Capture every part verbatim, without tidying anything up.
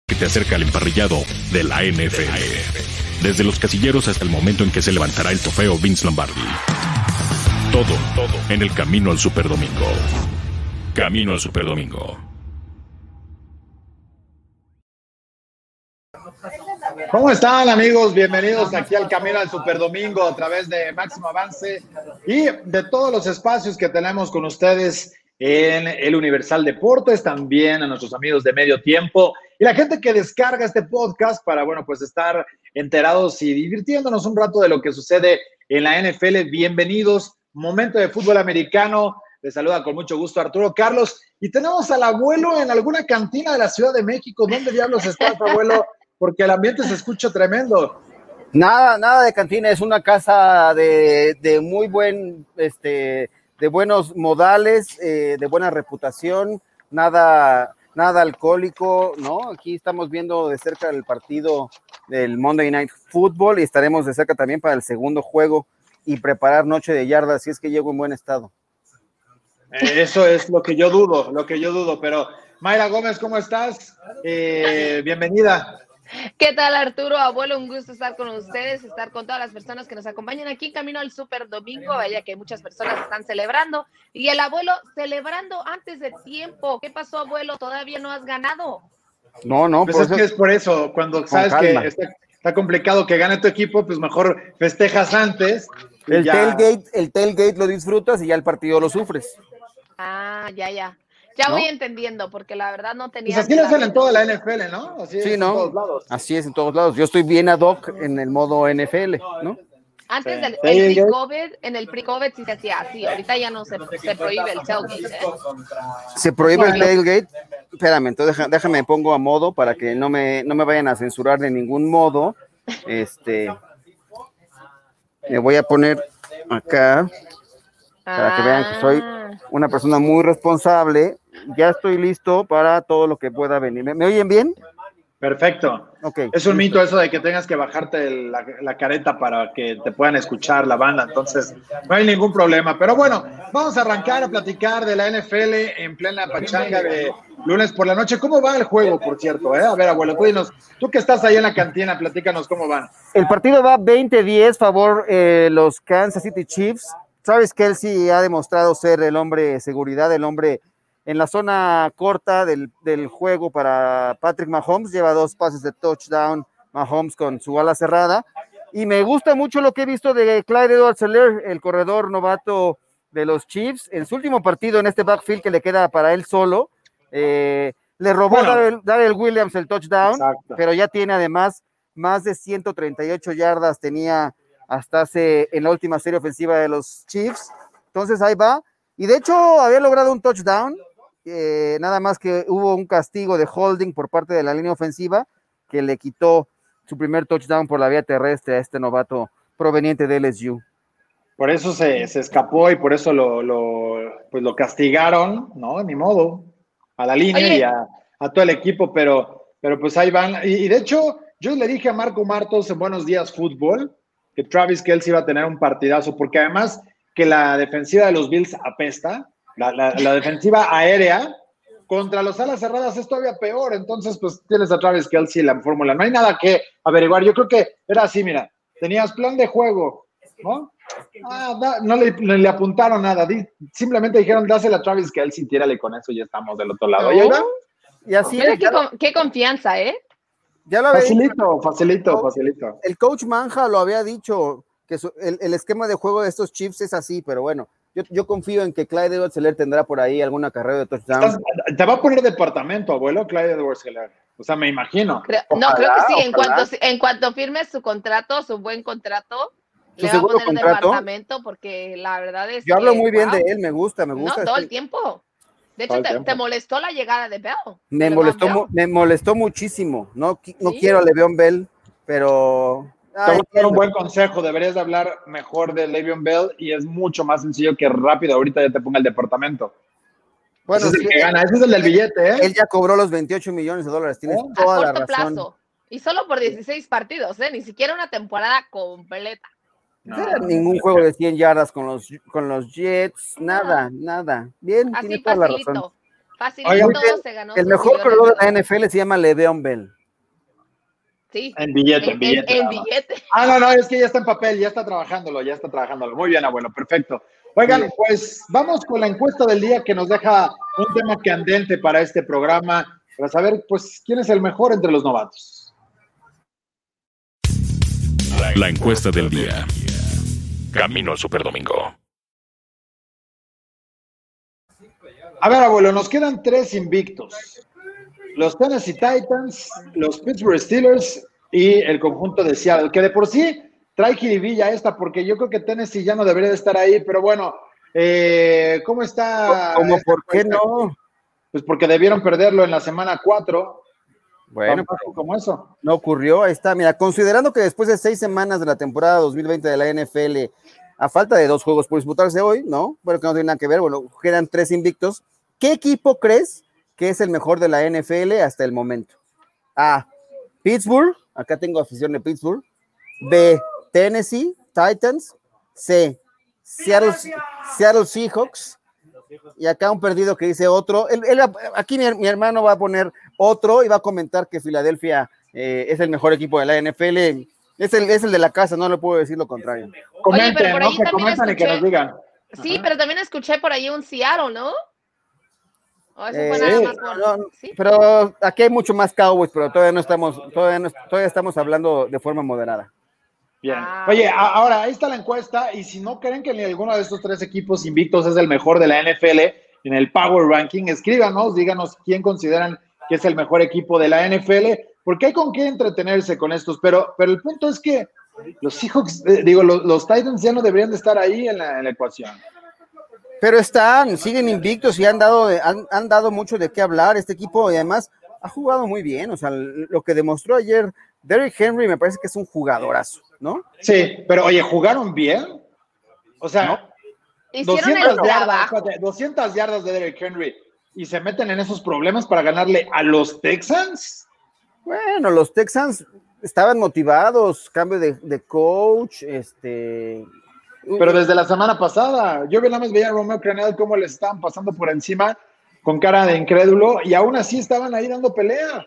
que te acerca al emparrillado de la N F L. Desde los casilleros hasta el momento en que se levantará el trofeo Vince Lombardi. Todo, todo en el camino al Superdomingo. Camino al Superdomingo. ¿Cómo están, amigos? Bienvenidos aquí al Camino al Superdomingo a través de Máximo Avance y de todos los espacios que tenemos con ustedes en el Universal Deportes, también a nuestros amigos de Medio Tiempo y la gente que descarga este podcast para, bueno, pues estar enterados y divirtiéndonos un rato de lo que sucede en la N F L. Bienvenidos, momento de fútbol americano. Les saluda con mucho gusto Arturo Carlos y tenemos al abuelo en alguna cantina de la Ciudad de México. ¿Dónde diablos está tu abuelo? Porque el ambiente se escucha tremendo. Nada, nada de cantina, es una casa de, de muy buen, este, de buenos modales, eh, de buena reputación, nada, nada alcohólico, ¿no? Aquí estamos viendo de cerca el partido del Monday Night Football y estaremos de cerca también para el segundo juego y preparar noche de yardas, si es que llego en buen estado. Eso es lo que yo dudo, lo que yo dudo, pero Mayra Gómez, ¿cómo estás? Eh, bienvenida. ¿Qué tal, Arturo? Abuelo, un gusto estar con ustedes, estar con todas las personas que nos acompañan aquí camino al Super Domingo. Vaya que muchas personas están celebrando y el abuelo celebrando antes de tiempo. ¿Qué pasó, abuelo? ¿Todavía no has ganado? No, no. Pues es eso, que es por eso, cuando sabes calma. que está, está complicado que gane tu equipo, pues mejor festejas antes. El ya... tailgate, el tailgate lo disfrutas y ya el partido lo sufres. Ah, ya, ya. Ya ¿no? Voy entendiendo, porque la verdad no tenía... Pues así lo hacen en toda la N F L, ¿no? Así sí, es ¿no? en todos lados. Así es en todos lados. Yo estoy bien ad hoc en el modo N F L, ¿no? Antes sí. del el pre-COVID, en el pre-COVID sí se hacía así. Ahorita ya no se, se prohíbe el tailgate, ¿eh? ¿Se prohíbe el tailgate? Espérame, entonces déjame, déjame pongo a modo para que no me, no me vayan a censurar de ningún modo. Este... Me voy a poner acá para que vean que soy una persona muy responsable. Ya estoy listo para todo lo que pueda venir. ¿Me, ¿me oyen bien? Perfecto. Okay, es un listo. Mito eso de que tengas que bajarte el, la, la careta para que te puedan escuchar la banda, entonces no hay ningún problema. Pero bueno, vamos a arrancar a platicar de la N F L en plena pachanga de lunes por la noche. ¿Cómo va el juego, por cierto? Eh? A ver, abuelo, tú dinos, tú que estás ahí en la cantina, platícanos cómo van. El partido va veinte diez, favor eh, los Kansas City Chiefs. Travis Kelce ha demostrado ser el hombre de seguridad, el hombre en la zona corta del, del juego para Patrick Mahomes. Lleva dos pases de touchdown Mahomes con su ala cerrada. Y me gusta mucho lo que he visto de Clyde Edwards-Helaire, el corredor novato de los Chiefs. En su último partido en este backfield que le queda para él solo, eh, le robó bueno, Darrell, Darrell Williams el touchdown, exacto. Pero ya tiene además más de ciento treinta y ocho yardas, tenía hasta hace en la última serie ofensiva de los Chiefs. Entonces ahí va. Y de hecho había logrado un touchdown. Eh, nada más que hubo un castigo de holding por parte de la línea ofensiva que le quitó su primer touchdown por la vía terrestre a este novato proveniente de L S U. Por eso se, se escapó y por eso lo, lo, pues lo castigaron, ¿no? Ni modo, a la línea Oye. y a, a todo el equipo, pero, pero pues ahí van. Y, y de hecho, yo le dije a Marco Martos en Buenos Días Fútbol que Travis Kelce iba a tener un partidazo, porque además que la defensiva de los Bills apesta. La, la, la defensiva aérea contra los alas cerradas es todavía peor, entonces pues tienes a Travis Kelce y la fórmula, no hay nada que averiguar. Yo creo que era así, mira, tenías plan de juego, ¿no? Ah, da, no, le, no le apuntaron nada, di, simplemente dijeron dásela a Travis Kelce y tírale con eso y ya estamos del otro lado. No. ¿Y, y así Mira qué, con, qué confianza, ¿eh? Ya lo facilito, facilito, facilito. El coach Manja lo había dicho, que su, el, el esquema de juego de estos Chiefs es así, pero bueno, Yo, yo confío en que Clyde Edwards-Helaire tendrá por ahí alguna carrera de touchdown. Estás, te va a poner departamento, abuelo, Clyde Edwards-Helaire. O sea, me imagino. Creo, no, ojalá, creo que sí. En cuanto, en cuanto firme su contrato, su buen contrato, ¿Su le va a poner contrato? departamento porque la verdad es Yo que, hablo muy bien wow. de él, me gusta, me gusta. No, todo el tiempo. De hecho, te, te molestó la llegada de Bell. Me molestó, Bell. me molestó muchísimo. No, no ¿Sí? quiero a Le'Veon Bell, pero... Te voy a dar un buen consejo, deberías de hablar mejor de Le'Veon Bell y es mucho más sencillo que rápido ahorita ya te ponga el departamento. Bueno, ese es el que gana, ese es el del billete, ¿eh? Él ya cobró los veintiocho millones de dólares, tienes ¿Eh? toda a la corto razón. Plazo. Y solo por dieciséis partidos, ¿eh? Ni siquiera una temporada completa. No, no era ningún no, juego de cien yardas con los, con los Jets, nada, nada. Bien, así tiene toda facilito, la razón. Facilito, Oigan, se ganó. El mejor corredor de la N F L se llama Le'Veon Bell. Sí. En billete, en, en billete. En, en billete. Ah, no, no, es que ya está en papel, ya está trabajándolo, ya está trabajándolo. Muy bien, abuelo, perfecto. Oigan, pues vamos con la encuesta del día que nos deja un tema candente para este programa, para saber, pues, quién es el mejor entre los novatos. La encuesta del día. Camino al Superdomingo. A ver, abuelo, nos quedan tres invictos. Los Tennessee Titans, los Pittsburgh Steelers y el conjunto de Seattle, que de por sí trae jiribilla esta, porque yo creo que Tennessee ya no debería de estar ahí, pero bueno, eh, ¿cómo está? ¿Cómo por qué encuesta? no? Pues porque debieron perderlo en la semana cuatro. Bueno, como eso. No ocurrió, ahí está. Mira, considerando que después de seis semanas de la temporada dos mil veinte de la N F L, a falta de dos juegos por disputarse hoy, ¿no? Bueno, que no tiene nada que ver, bueno, quedan tres invictos. ¿Qué equipo crees que es el mejor de la N F L hasta el momento? A, Pittsburgh, acá tengo afición de Pittsburgh. B, Tennessee Titans. C, Seattle, Seattle Seahawks. Y acá un perdido que dice otro. Él, él, aquí mi, mi hermano va a poner otro y va a comentar que Filadelfia eh, es el mejor equipo de la N F L. Es el, es el de la casa, no le puedo decir lo contrario. Comenten, Oye, pero por ahí ¿no? Que también comentan escuché, y que nos digan. Sí, Ajá. pero también escuché por ahí un Seattle, ¿no? ¿O eso Eh, fue nada sí, más por... no, ¿Sí? Pero aquí hay mucho más Cowboys, pero todavía no estamos, todavía, no, todavía estamos hablando de forma moderada. Bien. Ah, Oye, bueno. a, ahora ahí está la encuesta, y si no creen que ni alguno de estos tres equipos invictos es el mejor de la N F L en el Power Ranking, escríbanos, díganos quién consideran que es el mejor equipo de la N F L, porque hay con qué entretenerse con estos, pero, pero el punto es que los Seahawks, eh, digo, los, los Titans ya no deberían de estar ahí en la, en la ecuación. Pero están, siguen invictos y han dado, han, han dado mucho de qué hablar este equipo, y además ha jugado muy bien. O sea, lo que demostró ayer Derrick Henry me parece que es un jugadorazo, ¿no? Sí, pero oye, ¿jugaron bien? O sea, ¿No? Hicieron el doscientas yardas, trabajo. espérate, doscientas yardas de Derrick Henry y se meten en esos problemas para ganarle a los Texans. Bueno, los Texans estaban motivados, cambio de, de coach, este... Pero desde la semana pasada, yo nada más veía a Romeo Crennel cómo les estaban pasando por encima con cara de incrédulo y aún así estaban ahí dando pelea.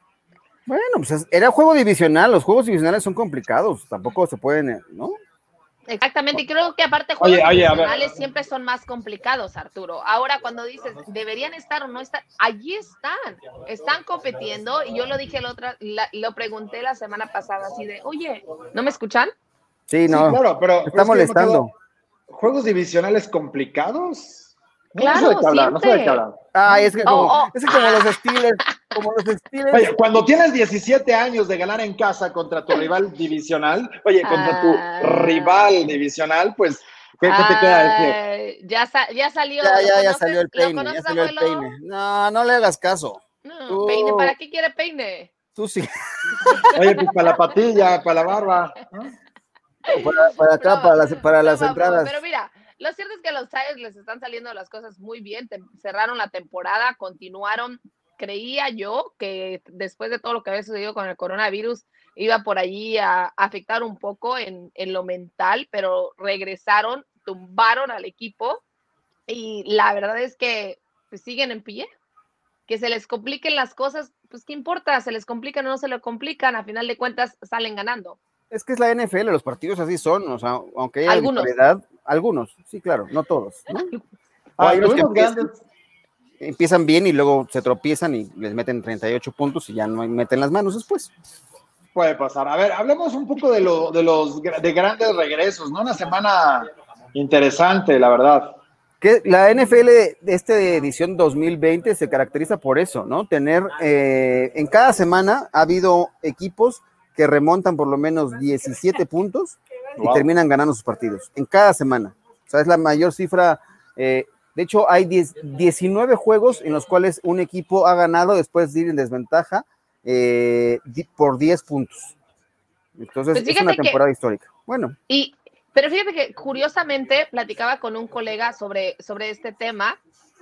Bueno, pues era juego divisional, los juegos divisionales son complicados, tampoco se pueden, ¿no? Exactamente, y creo que aparte juegos Oye, oye, a ver. divisionales siempre son más complicados, Arturo. Ahora cuando dices, ¿deberían estar o no estar? Allí están, están compitiendo, y yo lo dije la otra, la, lo pregunté la semana pasada, así de, oye, ¿no me escuchan? Sí, no, sí, claro, pero, está pero es molestando. Que ¿juegos divisionales complicados? No, Claro, no sé de qué hablar, no sé de qué siempre. hablar. Ay, es que como, Oh, oh. es que como los Steelers, como los Steelers. Oye, cuando tienes diecisiete años de ganar en casa contra tu rival divisional, oye, contra tu Ah. rival divisional, pues, ¿qué, qué te queda decir? Ay, ya, sa- ya salió. Ya, ¿lo ya, ya conoces? salió el ¿Lo peine, conoces, ya salió el abuelo? peine. No, no le hagas caso. No, Tú- peine, ¿para qué quiere peine? Tú sí. Oye, pues para la patilla, para la barba, ¿no? Para, para acá, No, para las, para no, las mamá, entradas. Pero mira, lo cierto es que a los Tigers les están saliendo las cosas muy bien. Te- cerraron la temporada, continuaron. Creía yo que después de todo lo que había sucedido con el coronavirus, iba por allí a, a afectar un poco en, en lo mental, pero regresaron, tumbaron al equipo, y la verdad es que pues, siguen en pie. Que se les compliquen las cosas, pues qué importa, se les complican o no se les complican, a final de cuentas salen ganando. Es que es la N F L, los partidos así son, o sea, aunque haya Algunos. disparidad, algunos, sí, claro, no todos, ¿no? O Ah, hay unos que tuvimos empiezan, grandes, empiezan bien y luego se tropiezan y les meten treinta y ocho puntos y ya no meten las manos después. puede pasar. A ver, hablemos un poco de, lo, de los de grandes regresos, ¿no? Una semana interesante, la verdad. Que la N F L de esta edición dos mil veinte se caracteriza por eso, ¿no? Tener, eh, en cada semana ha habido equipos que remontan por lo menos diecisiete puntos y Wow. terminan ganando sus partidos, en cada semana. O sea, es la mayor cifra. Eh, de hecho, hay diez, diecinueve juegos en los cuales un equipo ha ganado después de ir en desventaja eh, por diez puntos. Entonces, Pues es una fíjate temporada que, histórica. Bueno, y, pero fíjate que curiosamente platicaba con un colega sobre, sobre este tema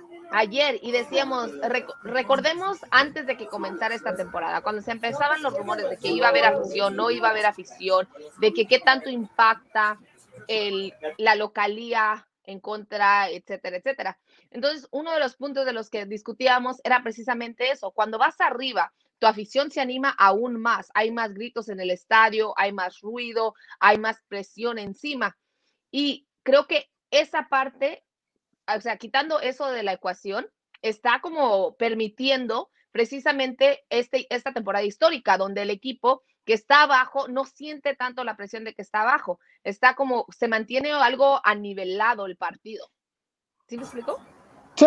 ayer y decíamos, rec recordemos antes de que comenzara esta temporada, cuando se empezaban los rumores de que iba a haber afición, no iba a haber afición, de que qué tanto impacta el, la localía en contra, etcétera, etcétera. Entonces, uno de los puntos de los que discutíamos era precisamente eso, cuando vas arriba, tu afición se anima aún más, hay más gritos en el estadio, hay más ruido, hay más presión encima. Y creo que esa parte, o sea, quitando eso de la ecuación, está como permitiendo precisamente este, esta temporada histórica, donde el equipo que está abajo no siente tanto la presión de que está abajo, está como, se mantiene algo anivelado el partido. ¿Sí me explico? Sí,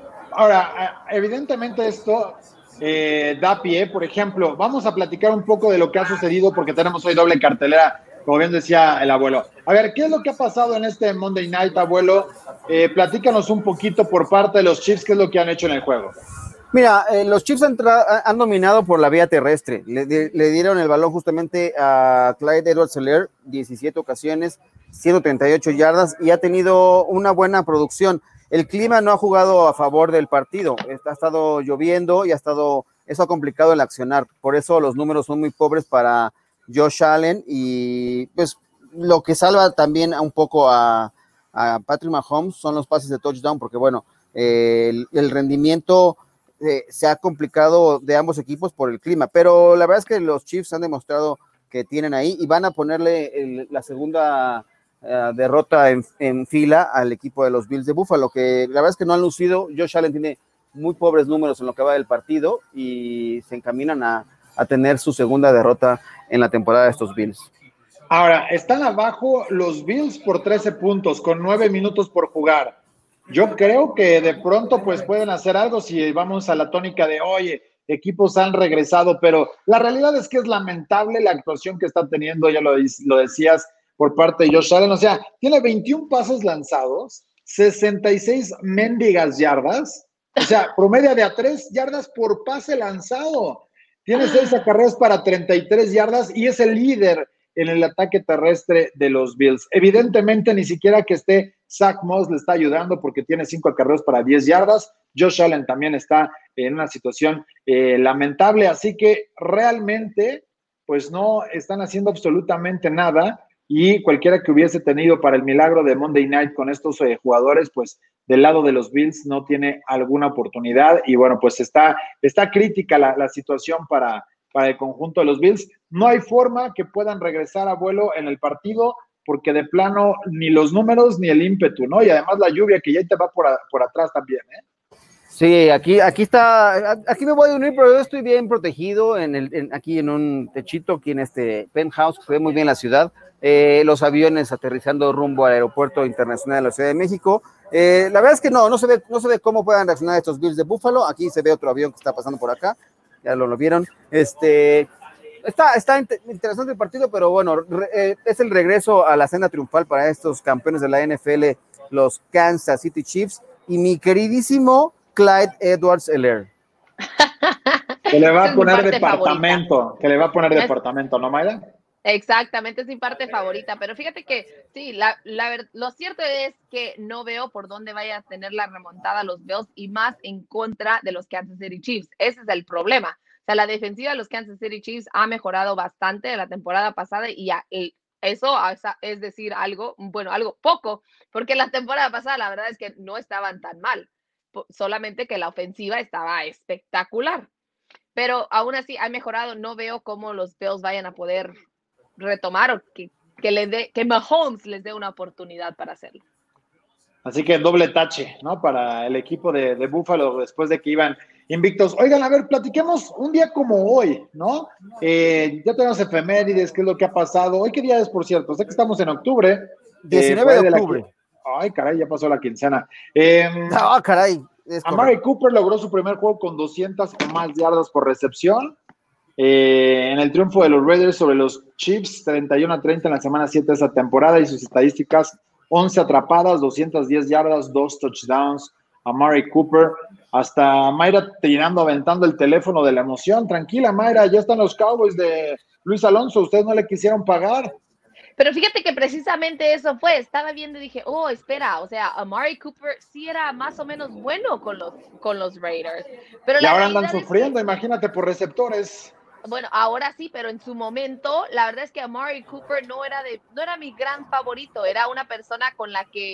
ahora, evidentemente esto eh, da pie, por ejemplo, vamos a platicar un poco de lo que ha sucedido porque tenemos hoy doble cartelera, como bien decía el abuelo. A ver, ¿qué es lo que ha pasado en este Monday Night, abuelo? Eh, platícanos un poquito por parte de los Chiefs, ¿qué es lo que han hecho en el juego? Mira, eh, los Chiefs han, han dominado por la vía terrestre, le, le dieron el balón justamente a Clyde Edwards-Helaire, diecisiete ocasiones, ciento treinta y ocho yardas, y ha tenido una buena producción. El clima no ha jugado a favor del partido, ha estado lloviendo y ha estado, eso ha complicado el accionar, por eso los números son muy pobres para Josh Allen, y pues lo que salva también un poco a, a Patrick Mahomes son los pases de touchdown, porque bueno, eh, el, el rendimiento eh, se ha complicado de ambos equipos por el clima, pero la verdad es que los Chiefs han demostrado que tienen ahí y van a ponerle el, la segunda Uh, derrota en, en fila al equipo de los Bills de Buffalo, que la verdad es que no han lucido. Josh Allen tiene muy pobres números en lo que va del partido y se encaminan a, a tener su segunda derrota en la temporada de estos Bills. Ahora, están abajo los Bills por trece puntos, con nueve minutos por jugar. Yo creo que de pronto pues pueden hacer algo si vamos a la tónica de, oye, equipos han regresado, pero la realidad es que es lamentable la actuación que están teniendo, ya lo, lo decías, por parte de Josh Allen. O sea, tiene veintiún pases lanzados, sesenta y seis mendigas yardas, o sea, promedia de a tres yardas por pase lanzado. Tiene seis acarreos para treinta y tres yardas y es el líder en el ataque terrestre de los Bills. Evidentemente, ni siquiera que esté Zach Moss le está ayudando porque tiene cinco acarreos para diez yardas. Josh Allen también está en una situación eh, lamentable, así que realmente, pues no están haciendo absolutamente nada. Y cualquiera que hubiese tenido para el milagro de Monday Night con estos eh, jugadores, pues del lado de los Bills no tiene alguna oportunidad. Y bueno, pues está, está crítica la, la situación para, para el conjunto de los Bills. No hay forma que puedan regresar a vuelo en el partido porque de plano ni los números ni el ímpetu, ¿no? Y además la lluvia que ya te va por, a, por atrás también, ¿eh? Sí, aquí, aquí está, aquí me voy a unir, pero yo estoy bien protegido en el, en, aquí en un techito, aquí en este penthouse, que se ve muy bien la ciudad. Eh, los aviones aterrizando rumbo al aeropuerto internacional de la Ciudad de México. Eh, la verdad es que no, no se ve, no se ve cómo puedan reaccionar estos Bills de Buffalo. Aquí se ve otro avión que está pasando por acá, ya lo, lo vieron. Este, está, está interesante el partido, pero bueno, re, eh, es el regreso a la cena triunfal para estos campeones de la N F L, los Kansas City Chiefs, y mi queridísimo Clyde Edwards-Helaire. Que le va a poner departamento, favorita. que le va a poner es... departamento, ¿no, Mayra? Exactamente, es mi parte favorita, pero fíjate que sí, la, la, lo cierto es que no veo por dónde vaya a tener la remontada los Bills y más en contra de los Kansas City Chiefs. Ese es el problema. O sea, la defensiva de los Kansas City Chiefs ha mejorado bastante de la temporada pasada y ya, el, eso es decir algo, bueno, algo poco, porque la temporada pasada la verdad es que no estaban tan mal, solamente que la ofensiva estaba espectacular. Pero aún así ha mejorado, no veo cómo los Bills vayan a poder retomar o que, que, le dé, que Mahomes les dé una oportunidad para hacerlo. Así que doble tache, ¿no? Para el equipo de, de Buffalo después de que iban invictos. Oigan, a ver, platiquemos un día como hoy, ¿no? Eh, ya tenemos efemérides, qué es lo que ha pasado. ¿Hoy qué día es, por cierto? Sé que estamos en octubre. diecinueve eh, de octubre. De Ay, caray, ya pasó la quincena. Eh, ah, caray. Amari Cooper logró su primer juego con doscientas o más yardas por recepción. Eh, en el triunfo de los Raiders sobre los Chiefs, treinta y uno a treinta en la semana siete de esa temporada, y sus estadísticas: once atrapadas, doscientas diez yardas, dos touchdowns. Amari Cooper, hasta Mayra tirando, aventando el teléfono de la emoción. Tranquila, Mayra, ya están los Cowboys de Luis Alonso, ustedes no le quisieron pagar. Pero fíjate que precisamente eso fue, estaba viendo y dije, oh, espera, o sea, Amari Cooper sí era más o menos bueno con los, con los Raiders. Pero y la ahora andan sufriendo, que, imagínate, por receptores. Bueno, ahora sí, pero en su momento, la verdad es que Amari Cooper no era, de, no era mi gran favorito, era una persona con la que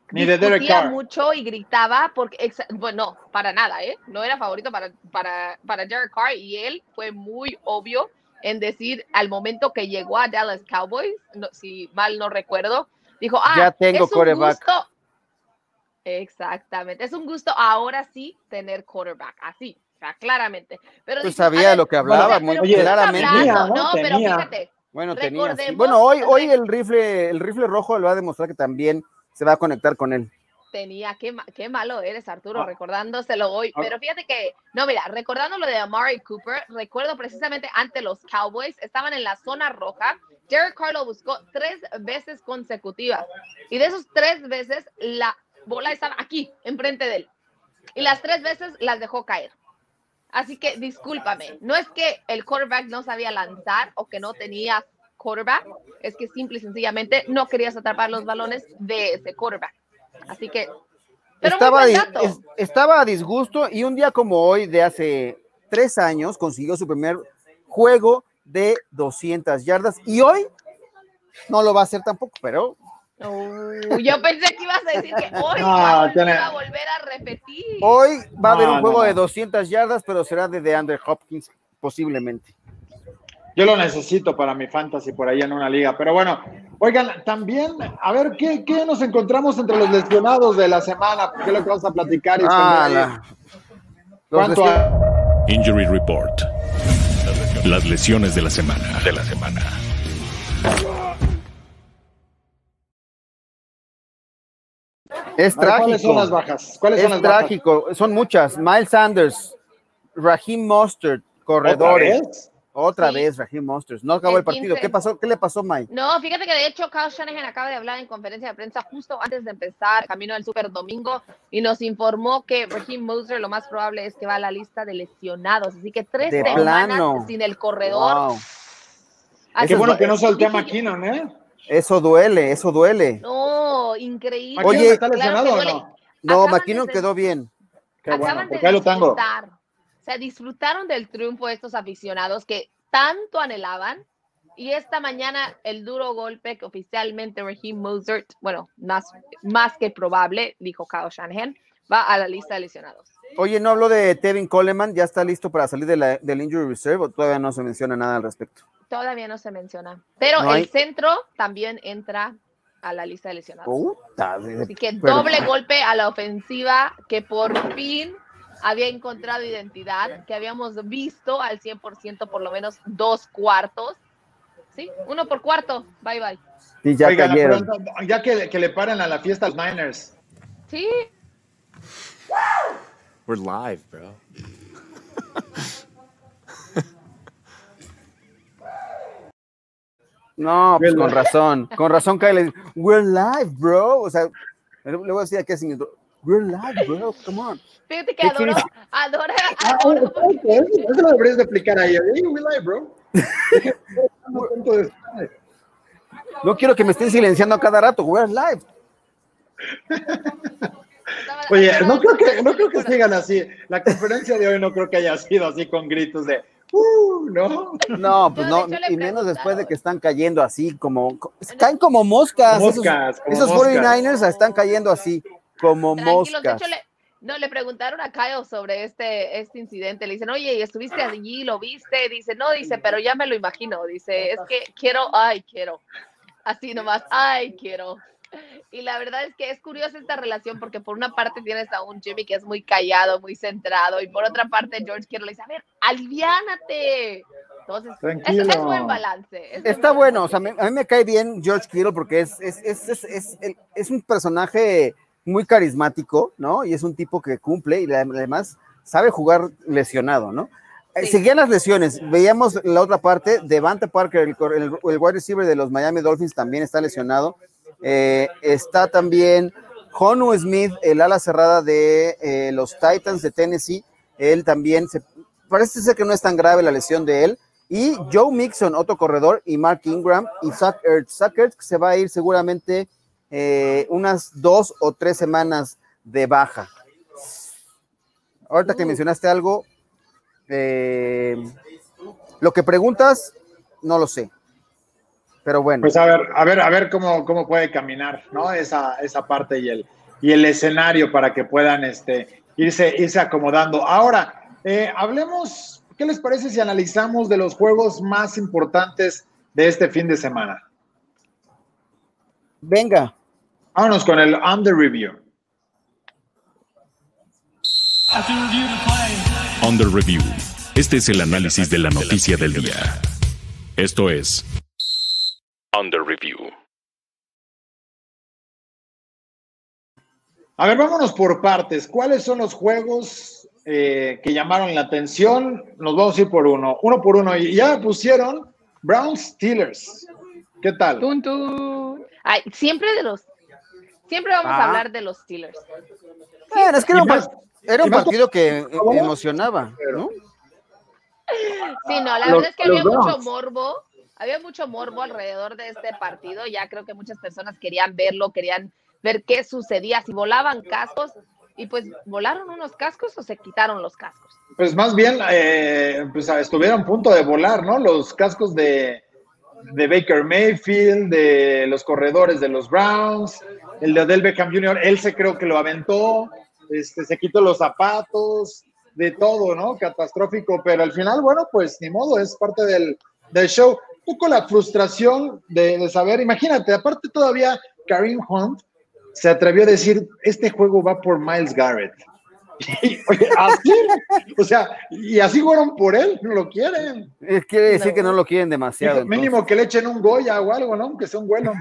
Ni de Derek discutía Carr. mucho y gritaba porque, exa- bueno, no, para nada, ¿eh? No era favorito para, para, para Derek Carr y él fue muy obvio en decir al momento que llegó a Dallas Cowboys, no, si mal no recuerdo, dijo, ah, Ya tengo es un quarterback. gusto. Exactamente, es un gusto ahora sí tener quarterback, así, o sea, claramente. Pero Pues dices, a sabía ver, lo que Bueno, hablaba, pero muy oye, ¿qué está claramente. tenía, hablando? ¿no? No, pero Tenía. fíjate, Bueno, tenía, sí. recordemos, Bueno, hoy, hoy re- el rifle, el rifle rojo le va a demostrar que también se va a conectar con él. tenía, qué, ma- qué malo eres, Arturo, Ah, recordándoselo hoy. ah, Pero fíjate que, no, mira, recordando lo de Amari Cooper, recuerdo precisamente ante los Cowboys, estaban en la zona roja. Derek Carr lo buscó tres veces consecutivas. Y de esos tres veces, la bola estaba aquí, enfrente de él. Y las tres veces las dejó caer. Así que discúlpame, no es que el quarterback no sabía lanzar o que no tenía quarterback, es que simple y sencillamente no querías atrapar los balones de ese quarterback. Así que, pero muy Estaba, buen di- dato. es- estaba a disgusto y un día como hoy, de hace tres años, consiguió su primer juego de doscientas yardas y hoy no lo va a hacer tampoco, pero Uh, yo pensé que ibas a decir que hoy No, Raúl lo tiene- iba a volver a repetir. hoy va a haber No, un juego no, no. de doscientas yardas, pero será de DeAndre Hopkins, posiblemente. Yo lo necesito para mi fantasy por ahí en una liga. Pero bueno, oigan, también, a ver, ¿qué, qué nos encontramos entre los lesionados de la semana? ¿Qué es lo que vamos a platicar? Y Ah, extender ahí? la- los ¿Cuánto lesión- hay? Injury Report. Las lesiones de la semana. De la semana. Es A ver, ¿cuáles son trágico. las bajas? ¿Cuáles Es son las bajas? trágico. Son muchas. Miles Sanders, Raheem Mostert, ¿Otra corredores. vez? Otra Sí. vez, Raheem Mostert. No acabó El el partido. quince. ¿Qué pasó? ¿Qué le pasó, Mike? No, fíjate que de hecho Kyle Shanahan acaba de hablar en conferencia de prensa justo antes de empezar camino del Super Domingo y nos informó que Raheem Mostert lo más probable es que va a la lista de lesionados, así que tres De semanas plano. sin el corredor. Wow. Así Qué bueno que no dije solté a yo, McKinnon, ¿eh? Eso duele, eso duele. no, increíble. ¿McKinnon Oye, está Claro lesionado que o duele. no? No, Acaban McKinnon de- quedó bien. Qué bueno, Acaban de porque ahí lo tengo. disfrutar, o sea, disfrutaron del triunfo estos aficionados que tanto anhelaban. Y esta mañana el duro golpe que oficialmente Raheem Mostert, bueno, más, más que probable, dijo Kyle Shanahan, va a la lista de lesionados. Oye, ¿no habló de Tevin Coleman? ¿Ya está listo para salir de la, del Injury Reserve o todavía no se menciona nada al respecto? Todavía no se menciona. Pero No hay- el centro también entra a la lista de lesionados. Puta, de- Así que pero- doble golpe a la ofensiva que por fin había encontrado identidad, que habíamos visto al cien por ciento por lo menos dos cuartos. Sí, uno por cuarto. Bye, bye. Y ya Oigan, cayeron. pero ya que, que le paren a la fiesta a los Niners. Sí, We're live, bro. No, pues We're con live. razón. Con razón, Kyle. We're live, bro. O sea, le voy a decir aquí así. We're live, bro. Come on. fíjate que ¿Qué adoro, quieres? adoro, Ah, adoro. exacto, eso, eso lo deberías de explicar ahí. Hey, we live, bro. No tanto de- No quiero que me estén silenciando a cada rato. We're live. Estaba- Oye, estaba- no creo que, no creo que sigan así. La conferencia de hoy no creo que haya sido así con gritos de uh, ¿no? No, pues No, no. de hecho, le Y menos después de preguntaron. que están cayendo así, como. Caen como moscas. Como Esos- moscas, como esos moscas. cuarenta y nueve ers están cayendo así, como Tranquilos, de moscas. hecho le, no, le preguntaron a Kyle sobre este, este incidente, le dicen, oye, ¿y estuviste allí, lo viste? Dice, no, dice, pero ya me lo imagino, dice, es que quiero, ay, quiero, así nomás, ay, quiero. Y la verdad es que es curiosa esta relación porque por una parte tienes a un Jimmy que es muy callado, muy centrado, y por otra parte George Kittle le dice, a ver, aliviánate. Entonces, es, Tranquilo. es buen balance. es buen Está balance. bueno, o sea, me- a mí me cae bien George Kittle porque es, es, es, es, es, el- es un personaje muy carismático, ¿no? Y es un tipo que cumple y además sabe jugar lesionado, ¿no? Eh, Sí. Seguían las lesiones, veíamos la otra parte, Devante Parker, el, cor- el, el wide receiver de los Miami Dolphins también está lesionado. Eh, está también Jonnu Smith, el ala cerrada de eh, los Titans de Tennessee, él también, se, parece ser que no es tan grave la lesión de él. Y Joe Mixon, otro corredor, y Mark Ingram y Zach Ertz. Zach Ertz se va a ir seguramente eh, unas dos o tres semanas de baja. Ahorita que mencionaste algo, eh, lo que preguntas, no lo sé. Pero bueno. Pues a ver, a ver, a ver cómo, cómo puede caminar, ¿no? Esa, esa parte y el, y el escenario para que puedan este, irse, irse acomodando. Ahora, eh, hablemos, ¿qué les parece si analizamos de los juegos más importantes de este fin de semana? Venga. Vámonos con el Under Review. Under Review. Este es el análisis de la noticia del día. Esto es Under Review. A ver, vámonos por partes. ¿Cuáles son los juegos eh, que llamaron la atención? Nos vamos a ir por uno, uno por uno. Y ya pusieron Browns Steelers. ¿Qué tal? Tun, tun. Ay, siempre de los, siempre vamos Ah. a hablar de los Steelers. Bueno, es que era un, más- par- era un más- partido que ¿Cómo? emocionaba, ¿no? Sí, no, la Los- verdad es que los había mucho Browns. morbo, había mucho morbo alrededor de este partido. Ya creo que muchas personas querían verlo, querían ver qué sucedía, si volaban cascos, y pues volaron unos cascos o se quitaron los cascos. Pues más bien, eh, pues estuvieron a punto de volar, ¿no? Los cascos de, de Baker Mayfield, de los corredores de los Browns, el de Odell Beckham junior, él se creo que lo aventó, este, se quitó los zapatos, de todo, ¿no? Catastrófico, pero al final, bueno, pues ni modo, es parte del, del show. Un poco la frustración de, de saber, imagínate, aparte todavía Kareem Hunt se atrevió a decir, este juego va por Myles Garrett. Y, oye, así, o sea, y así fueron por él, no lo quieren. Eh, Quiere decir que no lo quieren demasiado. Dijo, mínimo entonces. que le echen un Goya o algo, ¿no? Que sea un vuelo.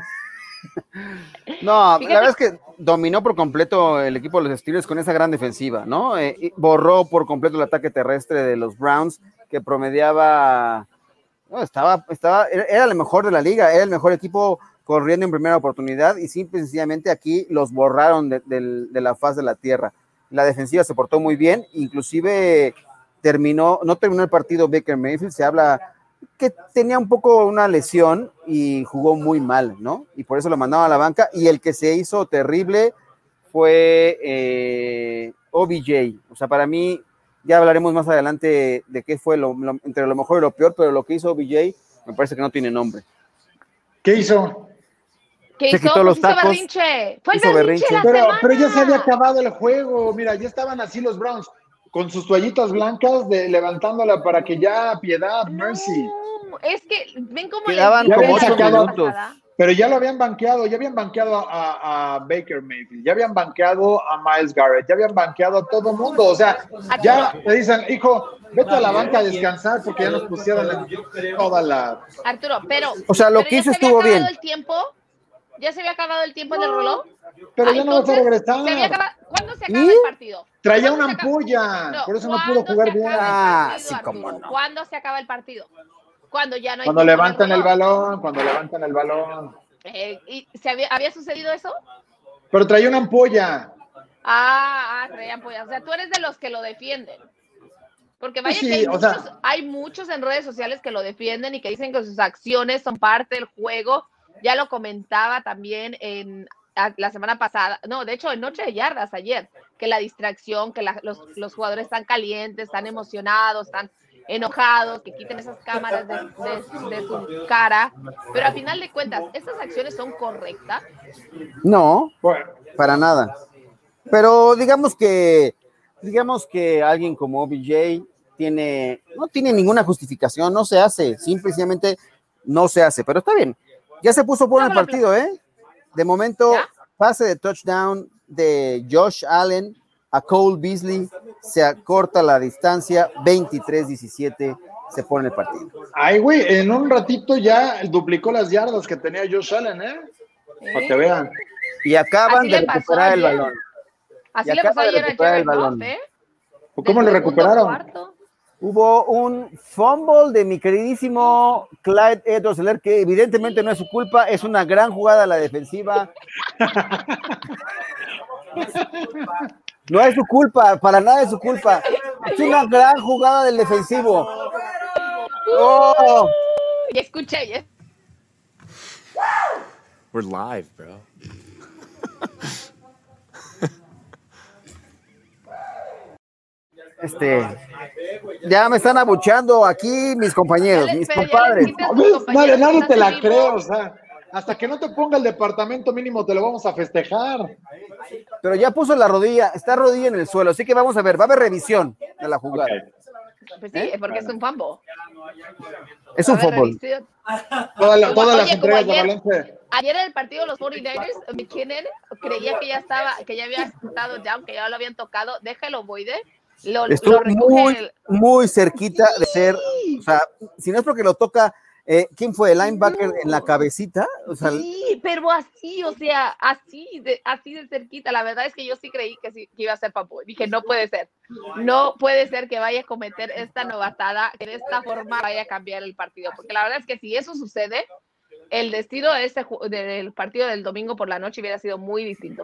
No, Fíjate- la verdad es que dominó por completo el equipo de los Steelers con esa gran defensiva, ¿no? Eh, y borró por completo el ataque terrestre de los Browns, que promediaba, no, estaba, estaba, era, era el mejor de la liga, era el mejor equipo corriendo en primera oportunidad, y simple y sencillamente aquí los borraron de, de- de la faz de la tierra. La defensiva se portó muy bien, inclusive terminó, no terminó el partido Baker Mayfield, se habla que tenía un poco una lesión y jugó muy mal, ¿no? Y por eso lo mandaron a la banca, y el que se hizo terrible fue eh, O B J. O sea, para mí, ya hablaremos más adelante de qué fue lo, lo, entre lo mejor y lo peor, pero lo que hizo O B J me parece que no tiene nombre. ¿Qué hizo? ¿Qué Se hizo? quitó los Pues hizo tacos, berrinche. Fue el hizo berrinche, berrinche. de la Pero, semana. pero ya se había acabado el juego. Mira, ya estaban así los Browns, con sus toallitas blancas, de, levantándola para que ya piedad, mercy. No, es que ven cómo Quedaban les dije como la ocho semana minutos. pasada. Pero ya lo habían banqueado, ya habían banqueado a, a- a Baker Mayfield, ya habían banqueado a Myles Garrett, ya habían banqueado a todo el mundo. O sea, ya te dicen, hijo, vete a la banca a descansar porque ya nos pusieron en toda la... Arturo, pero. O sea, lo pero que ya hizo se había estuvo acabado bien. el tiempo. ¿Ya se había acabado el tiempo en el reloj? Pero Ah, ya no vas a entonces, regresar. se había acabado- ¿Cuándo se acaba ¿Y? el partido? Traía ¿Cuándo una se acaba- ampolla, por eso no pudo ¿cuándo jugar se bien. acaba el Ah, partido, sí, Arturo? cómo no. ¿Cuándo se acaba el partido? Cuando ya no hay Cuando tiempo en levantan el reloj. balón, cuando levantan el balón. Eh, ¿y se había, había sucedido eso? Pero traía una ampolla. Ah, ah, traían pollas. O sea, tú eres de los que lo defienden. Porque vaya Pues sí, que hay, o muchos, sea- hay muchos en redes sociales que lo defienden y que dicen que sus acciones son parte del juego. Ya lo comentaba también en a- la semana pasada, no, de hecho en Noche de Yardas ayer, que la distracción, que la- los, los jugadores están calientes, están emocionados, están enojados, que quiten esas cámaras de, de- de su cara. Pero al final de cuentas, ¿estas acciones son correctas? No, Bueno, para nada. Pero digamos que, digamos que alguien como O B J tiene, no tiene ninguna justificación, no se hace, simplemente no se hace, pero está bien. Ya se puso bueno el Vámonos, partido, ¿eh? De momento, ¿Ya? pase de touchdown de Josh Allen a Cole Beasley, se acorta la distancia, veintitrés diecisiete, se pone el partido. ay, güey, en un ratito ya duplicó las yardas que tenía Josh Allen, ¿eh? Para que vean. Y acaban Así de le pasó recuperar el ayer. balón. Así Y le acaba pasó de ayer a recuperar el Jared Goff, balón. ¿eh? ¿Cómo Del lo segundo recuperaron? cuarto. Hubo un fumble de mi queridísimo Clyde Edwards-Helaire, que evidentemente no es su culpa, es una gran jugada a la defensiva. No es su culpa, para nada es su culpa. Es una gran jugada del defensivo. ¡Oh! Y escuché, ya. We're live, bro. Este, ya me están abucheando aquí mis compañeros, Ya le- mis pero ya le compadres. dijiste a tus ¿Ves? compañeros Nadie, que nadie estás te en la vivo. cree, o sea, hasta que no te ponga el departamento mínimo te lo vamos a festejar. Pero ya puso la rodilla, está rodilla en el suelo, así que vamos a ver, va a haber revisión de la jugada. Ok. Pues sí, porque es un fumble. Es Va un a haber fútbol. revisión. Toda la- todas las Oye, como entregas de ayer- balance. Ayer en el partido de los cuarenta y nueve ers, McKinnon creía que ya estaba, que ya había estado down, que ya lo habían tocado, déjalo voide, lo, Estuvo lo recoge muy, el- muy cerquita de ser, o sea, si no es porque lo toca, eh, ¿quién fue? ¿El linebacker No. en la cabecita? O sea, Sí, pero así, o sea, así de, así de cerquita. La verdad es que yo sí creí que, sí, que iba a ser Papu. Dije, no puede ser. No puede ser que vaya a cometer esta novatada, que de esta forma vaya a cambiar el partido. Porque la verdad es que si eso sucede, el destino de este, ju- del partido del domingo por la noche hubiera sido muy distinto.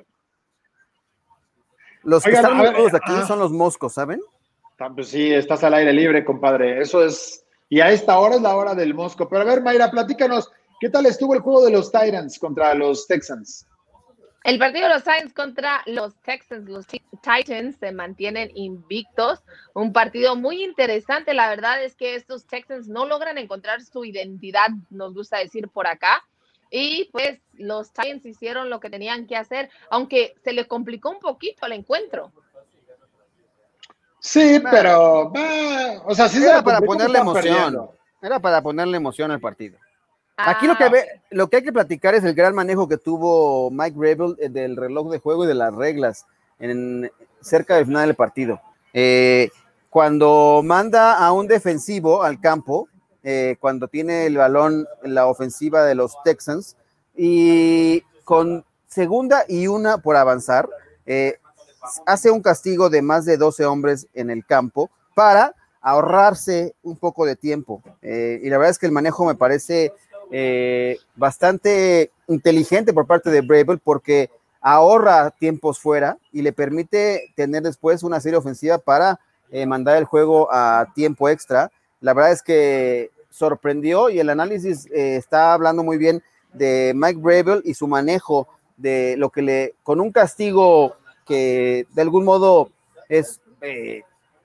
los que Oigan, están a muy ver, crudos aquí ah. son los moscos, ¿saben? Ah, pues sí, estás al aire libre, compadre. Eso es. Y a esta hora es la hora del Mosco. Pero a ver, Mayra, platícanos, ¿qué tal estuvo el juego de los Titans contra los Texans? El partido de los Titans contra los Texans, los Titans se mantienen invictos. Un partido muy interesante. La verdad es que estos Texans no logran encontrar su identidad, nos gusta decir por acá. Y pues los Titans hicieron lo que tenían que hacer, aunque se les complicó un poquito el encuentro. Sí, pero, bah, o sea, sí se Era la para complicó, ponerle estaban emoción. perdiendo. Era para ponerle emoción al partido. Ah, Aquí lo que, ve, lo que hay que platicar es el gran manejo que tuvo Mike Rabel eh, del reloj de juego y de las reglas en, cerca del final del partido. Eh, cuando manda a un defensivo al campo, eh, cuando tiene el balón en la ofensiva de los Texans, y con segunda y una por avanzar, eh, hace un castigo de más de doce hombres en el campo para ahorrarse un poco de tiempo. Eh, y la verdad es que el manejo me parece eh, bastante inteligente por parte de Vrabel porque ahorra tiempos fuera y le permite tener después una serie ofensiva para eh, mandar el juego a tiempo extra. La verdad es que sorprendió y el análisis eh, está hablando muy bien de Mike Vrabel y su manejo de lo que le, con un castigo que de algún modo es eh,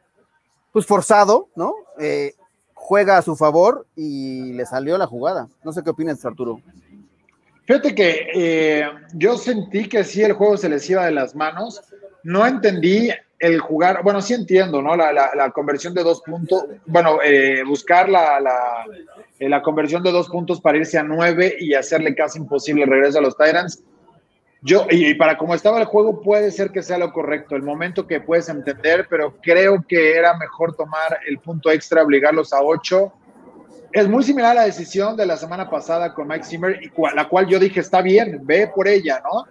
pues forzado, ¿no? Eh, juega a su favor y le salió la jugada. No sé qué opinas, Arturo. Fíjate que eh, yo sentí que sí el juego se les iba de las manos. No entendí el jugar, bueno, sí entiendo, ¿no? La, la, la conversión de dos puntos, bueno, eh, buscar la, la, eh, la conversión de dos puntos para irse a nueve y hacerle casi imposible el regreso a los Titans. Yo, y, y para como estaba el juego, puede ser que sea lo correcto, el momento que puedes entender, pero creo que era mejor tomar el punto extra, obligarlos a ocho. Es muy similar a la decisión de la semana pasada con Mike Zimmer, y cua, la cual yo dije, está bien, ve por ella, ¿no?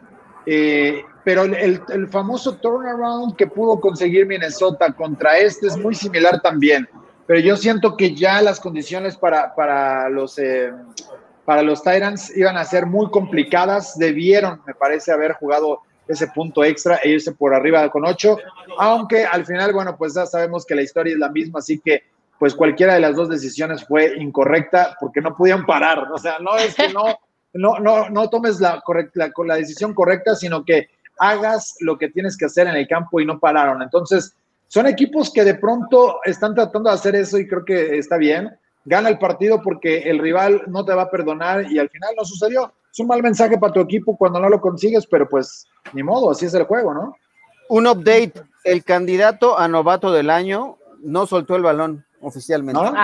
Eh, pero el, el famoso turnaround que pudo conseguir Minnesota contra este es muy similar también, pero yo siento que ya las condiciones para, para los... Eh, para los Titans iban a ser muy complicadas, debieron, me parece, haber jugado ese punto extra e irse por arriba con ocho, aunque al final, bueno, pues ya sabemos que la historia es la misma, así que pues cualquiera de las dos decisiones fue incorrecta porque no podían parar, o sea, no es que no, no, no, no tomes la, correcta, la, la decisión correcta, sino que hagas lo que tienes que hacer en el campo y no pararon. Entonces, son equipos que de pronto están tratando de hacer eso y creo que está bien. Gana el partido porque el rival no te va a perdonar y al final no sucedió. Es un mal mensaje para tu equipo cuando no lo consigues, pero pues ni modo, así es el juego, ¿no? Un update, el candidato a novato del año no soltó el balón oficialmente. ¿No?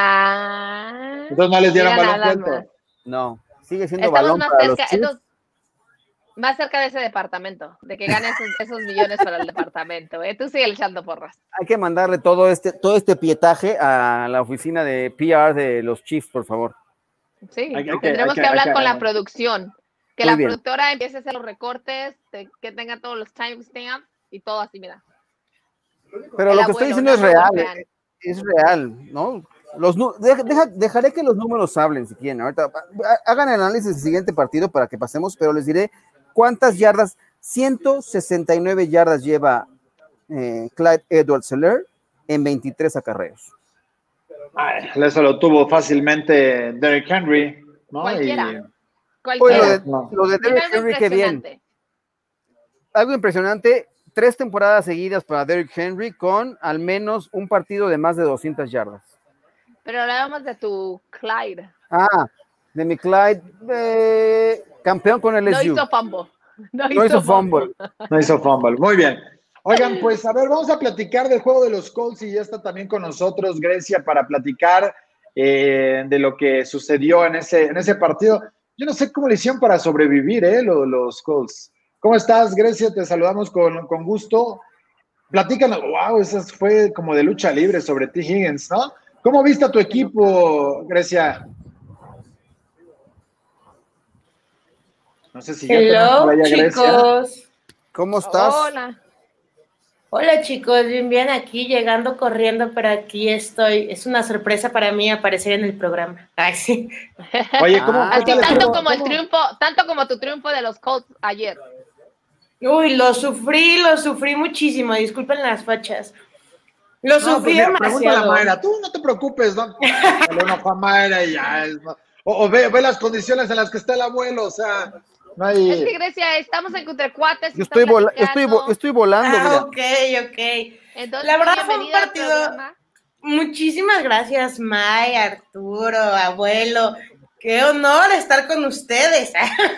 Ah, Entonces no les dieron mira balón nada suelto. más. No, sigue siendo Estamos balón más para los cerca, Chiefs. estos- más cerca de ese departamento, de que gane esos, esos millones para el departamento. ¿eh? Tú sigue echando porras. Hay que mandarle todo este, todo este pietaje a la oficina de P R de los Chiefs, por favor. Sí, Hay que- hay que- tendremos hay que- que hablar hay que- con la producción. Que Muy la bien. productora empiece a hacer los recortes, de- que tenga todos los timestamps y todo así, mira. Pero El lo que estoy abuelo, diciendo es no, real, no, eh, es real, ¿no? Los, nu- deja- deja- dejaré que los números hablen si quieren. Ahorita ha- hagan el análisis del siguiente partido para que pasemos, pero les diré cuántas yardas, ciento sesenta y nueve yardas lleva eh, Clyde Edwards-Helaire en veintitrés acarreos. Ay, eso lo tuvo fácilmente Derrick Henry, ¿no? Cualquiera. Y, Cualquiera. Oye, lo de, no. lo de Dime Derrick algo Henry, qué bien. impresionante. Algo impresionante, tres temporadas seguidas para Derrick Henry con al menos un partido de más de doscientas yardas. Pero hablábamos de tu Clyde. Ah, de mi Clyde, eh, campeón con el L S U. No hizo fumble. No, No hizo fumble. No hizo fumble. Muy bien. Oigan, pues a ver, vamos a platicar del juego de los Colts y ya está también con nosotros Grecia para platicar eh, de lo que sucedió en ese, en ese partido. Yo no sé cómo le hicieron para sobrevivir, ¿eh? Los, los Colts. ¿Cómo estás, Grecia? Te saludamos con, con gusto. Platícanos. Wow, esa fue como de lucha libre sobre T. Higgins, ¿no? ¿Cómo viste a tu equipo, Grecia? No sé si ya Hello, por allá, chicos. Grecia. ¿Cómo estás? Hola. Hola, chicos. Bien, bien, aquí llegando corriendo, pero aquí estoy. Es una sorpresa para mí aparecer en el programa. Ay, sí. Oye, ¿cómo? Ah, Así, ¿cómo- tanto cómo- como el cómo? triunfo, tanto como tu triunfo de los Colts ayer. Uy, lo sufrí, lo sufrí muchísimo. Disculpen las fachas. Lo No, sufrí pues mira, pregúntale a demasiado. Mayra, tú no te preocupes, ¿no? Dale una fue a Mayra y ya es, ¿no? O, o ve, ve las condiciones en las que está el abuelo, o sea, no hay... Es que Grecia, estamos en Cuatrecuates. Yo estoy, vola- estoy, vo- estoy volando, Ah, mira. ok, ok. Entonces, La verdad fue un bienvenida al partido- programa. Muchísimas gracias, May, Arturo, abuelo. Qué honor estar con ustedes.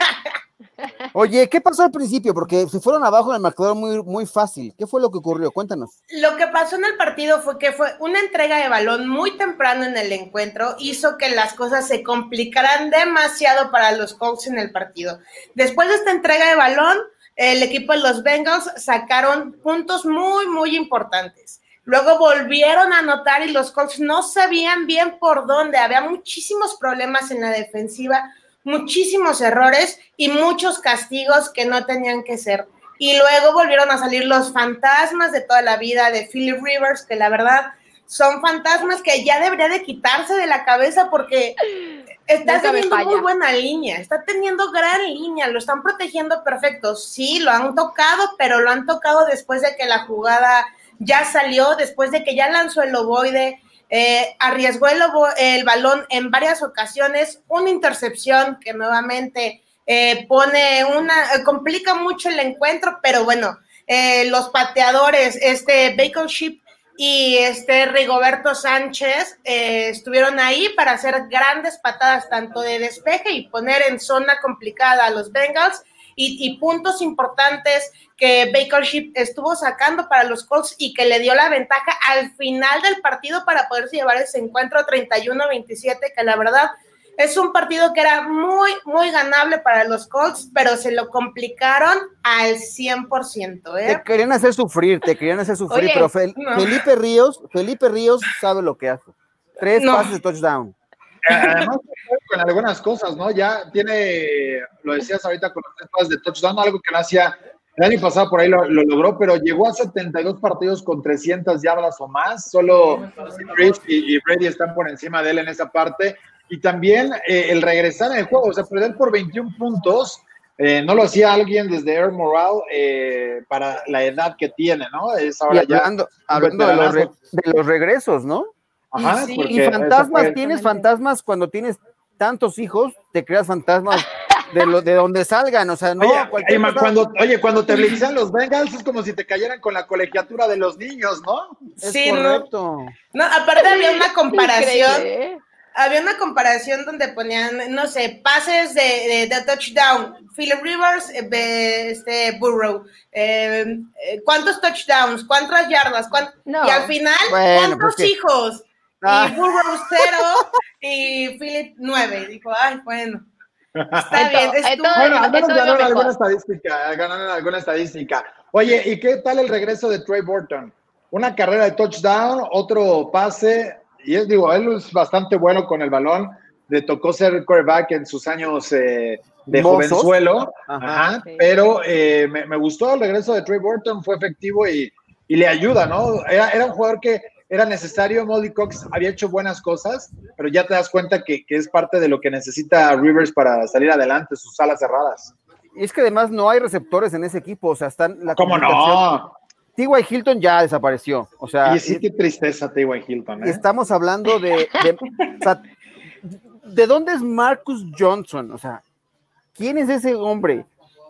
Oye, ¿qué pasó al principio? Porque se fueron abajo en el marcador muy, muy fácil. ¿Qué fue lo que ocurrió? Cuéntanos. Lo que pasó en el partido fue que fue una entrega de balón muy temprano en el encuentro, hizo que las cosas se complicaran demasiado para los Colts en el partido. Después de esta entrega de balón, el equipo de los Bengals sacaron puntos muy, muy importantes. Luego volvieron a anotar y los Colts no sabían bien por dónde. Había muchísimos problemas en la defensiva, muchísimos errores y muchos castigos que no tenían que ser. Y luego volvieron a salir los fantasmas de toda la vida de Philip Rivers, que la verdad son fantasmas que ya debería de quitarse de la cabeza porque está Nunca me teniendo falla. muy buena línea, está teniendo gran línea, lo están protegiendo perfecto. Sí, lo han tocado, pero lo han tocado después de que la jugada ya salió, después de que ya lanzó el ovoide, eh, arriesgó el, ovo- el balón en varias ocasiones, una intercepción que nuevamente eh, pone una, eh, complica mucho el encuentro, pero bueno, eh, los pateadores, este Blankenship y este Rigoberto Sánchez eh, estuvieron ahí para hacer grandes patadas tanto de despeje y poner en zona complicada a los Bengals y, y puntos importantes que Blankenship estuvo sacando para los Colts y que le dio la ventaja al final del partido para poderse llevar ese encuentro treinta y uno a veintisiete, que la verdad es un partido que era muy, muy ganable para los Colts, pero se lo complicaron al cien por ciento, ¿eh? Te querían hacer sufrir, te querían hacer sufrir, Oye, pero Fel- no. Felipe Ríos, Felipe Ríos sabe lo que hace. Tres No. pases de touchdown. Además, con algunas cosas, ¿no? Ya tiene, lo decías ahorita con los tres pases de touchdown, algo que no hacía el año pasado, por ahí lo, lo logró, pero llegó a setenta y dos partidos con trescientas yardas o más. Solo Chris y, y Brady están por encima de él en esa parte. Y también eh, el regresar en el juego, o sea, perder por veintiún puntos, eh, no lo hacía alguien desde Air Morale eh, para la edad que tiene, ¿no? Es Y ahora ya. hablando, hablando de, los re- veteranazo. de los regresos, ¿no? Ajá, Sí, porque Y eso fantasmas, fue- tienes fantasmas cuando tienes tantos hijos, te creas fantasmas de, lo, de donde salgan, o sea, no, Oye, cualquier Emma, cosa- cuando, oye, cuando te blitzean los Bengals es como si te cayeran con la colegiatura de los niños, ¿no? es Sí, ¿no? correcto. No, aparte había una comparación, Increíble, ¿eh? había una comparación donde ponían, no sé, pases de, de, de touchdown, Philip Rivers, eh, de, este Burrow, eh, eh, ¿cuántos touchdowns? ¿Cuántas yardas? ¿Cuánt- No. Y al final, Bueno, ¿cuántos pues que- hijos? Ah. Y Burrow cero y Philip nueve. Dijo, ay, bueno, está bien. Entonces, estuvo- Bueno, al menos Eso es lo ganaron mejor. alguna estadística, ganaron alguna estadística. Oye, ¿y qué tal el regreso de Trey Burton? Una carrera de touchdown, otro pase, y es, digo, él es bastante bueno con el balón, le tocó ser quarterback en sus años eh, de Mozos. jovenzuelo, Ajá. ajá, Sí. pero eh, me, me gustó el regreso de Trey Burton, fue efectivo y, y le ayuda, ¿no? Era, era un jugador que era necesario, Molly Cox había hecho buenas cosas, pero ya te das cuenta que, que es parte de lo que necesita Rivers para salir adelante, sus alas cerradas. Y es que además no hay receptores en ese equipo, o sea, están la ¿Cómo comunicación- no? T Y. Hilton ya desapareció, o sea, Y sí, qué tristeza, T Y. Hilton, ¿eh? estamos hablando de, de, o sea, ¿de dónde es Marcus Johnson? O sea, ¿quién es ese hombre?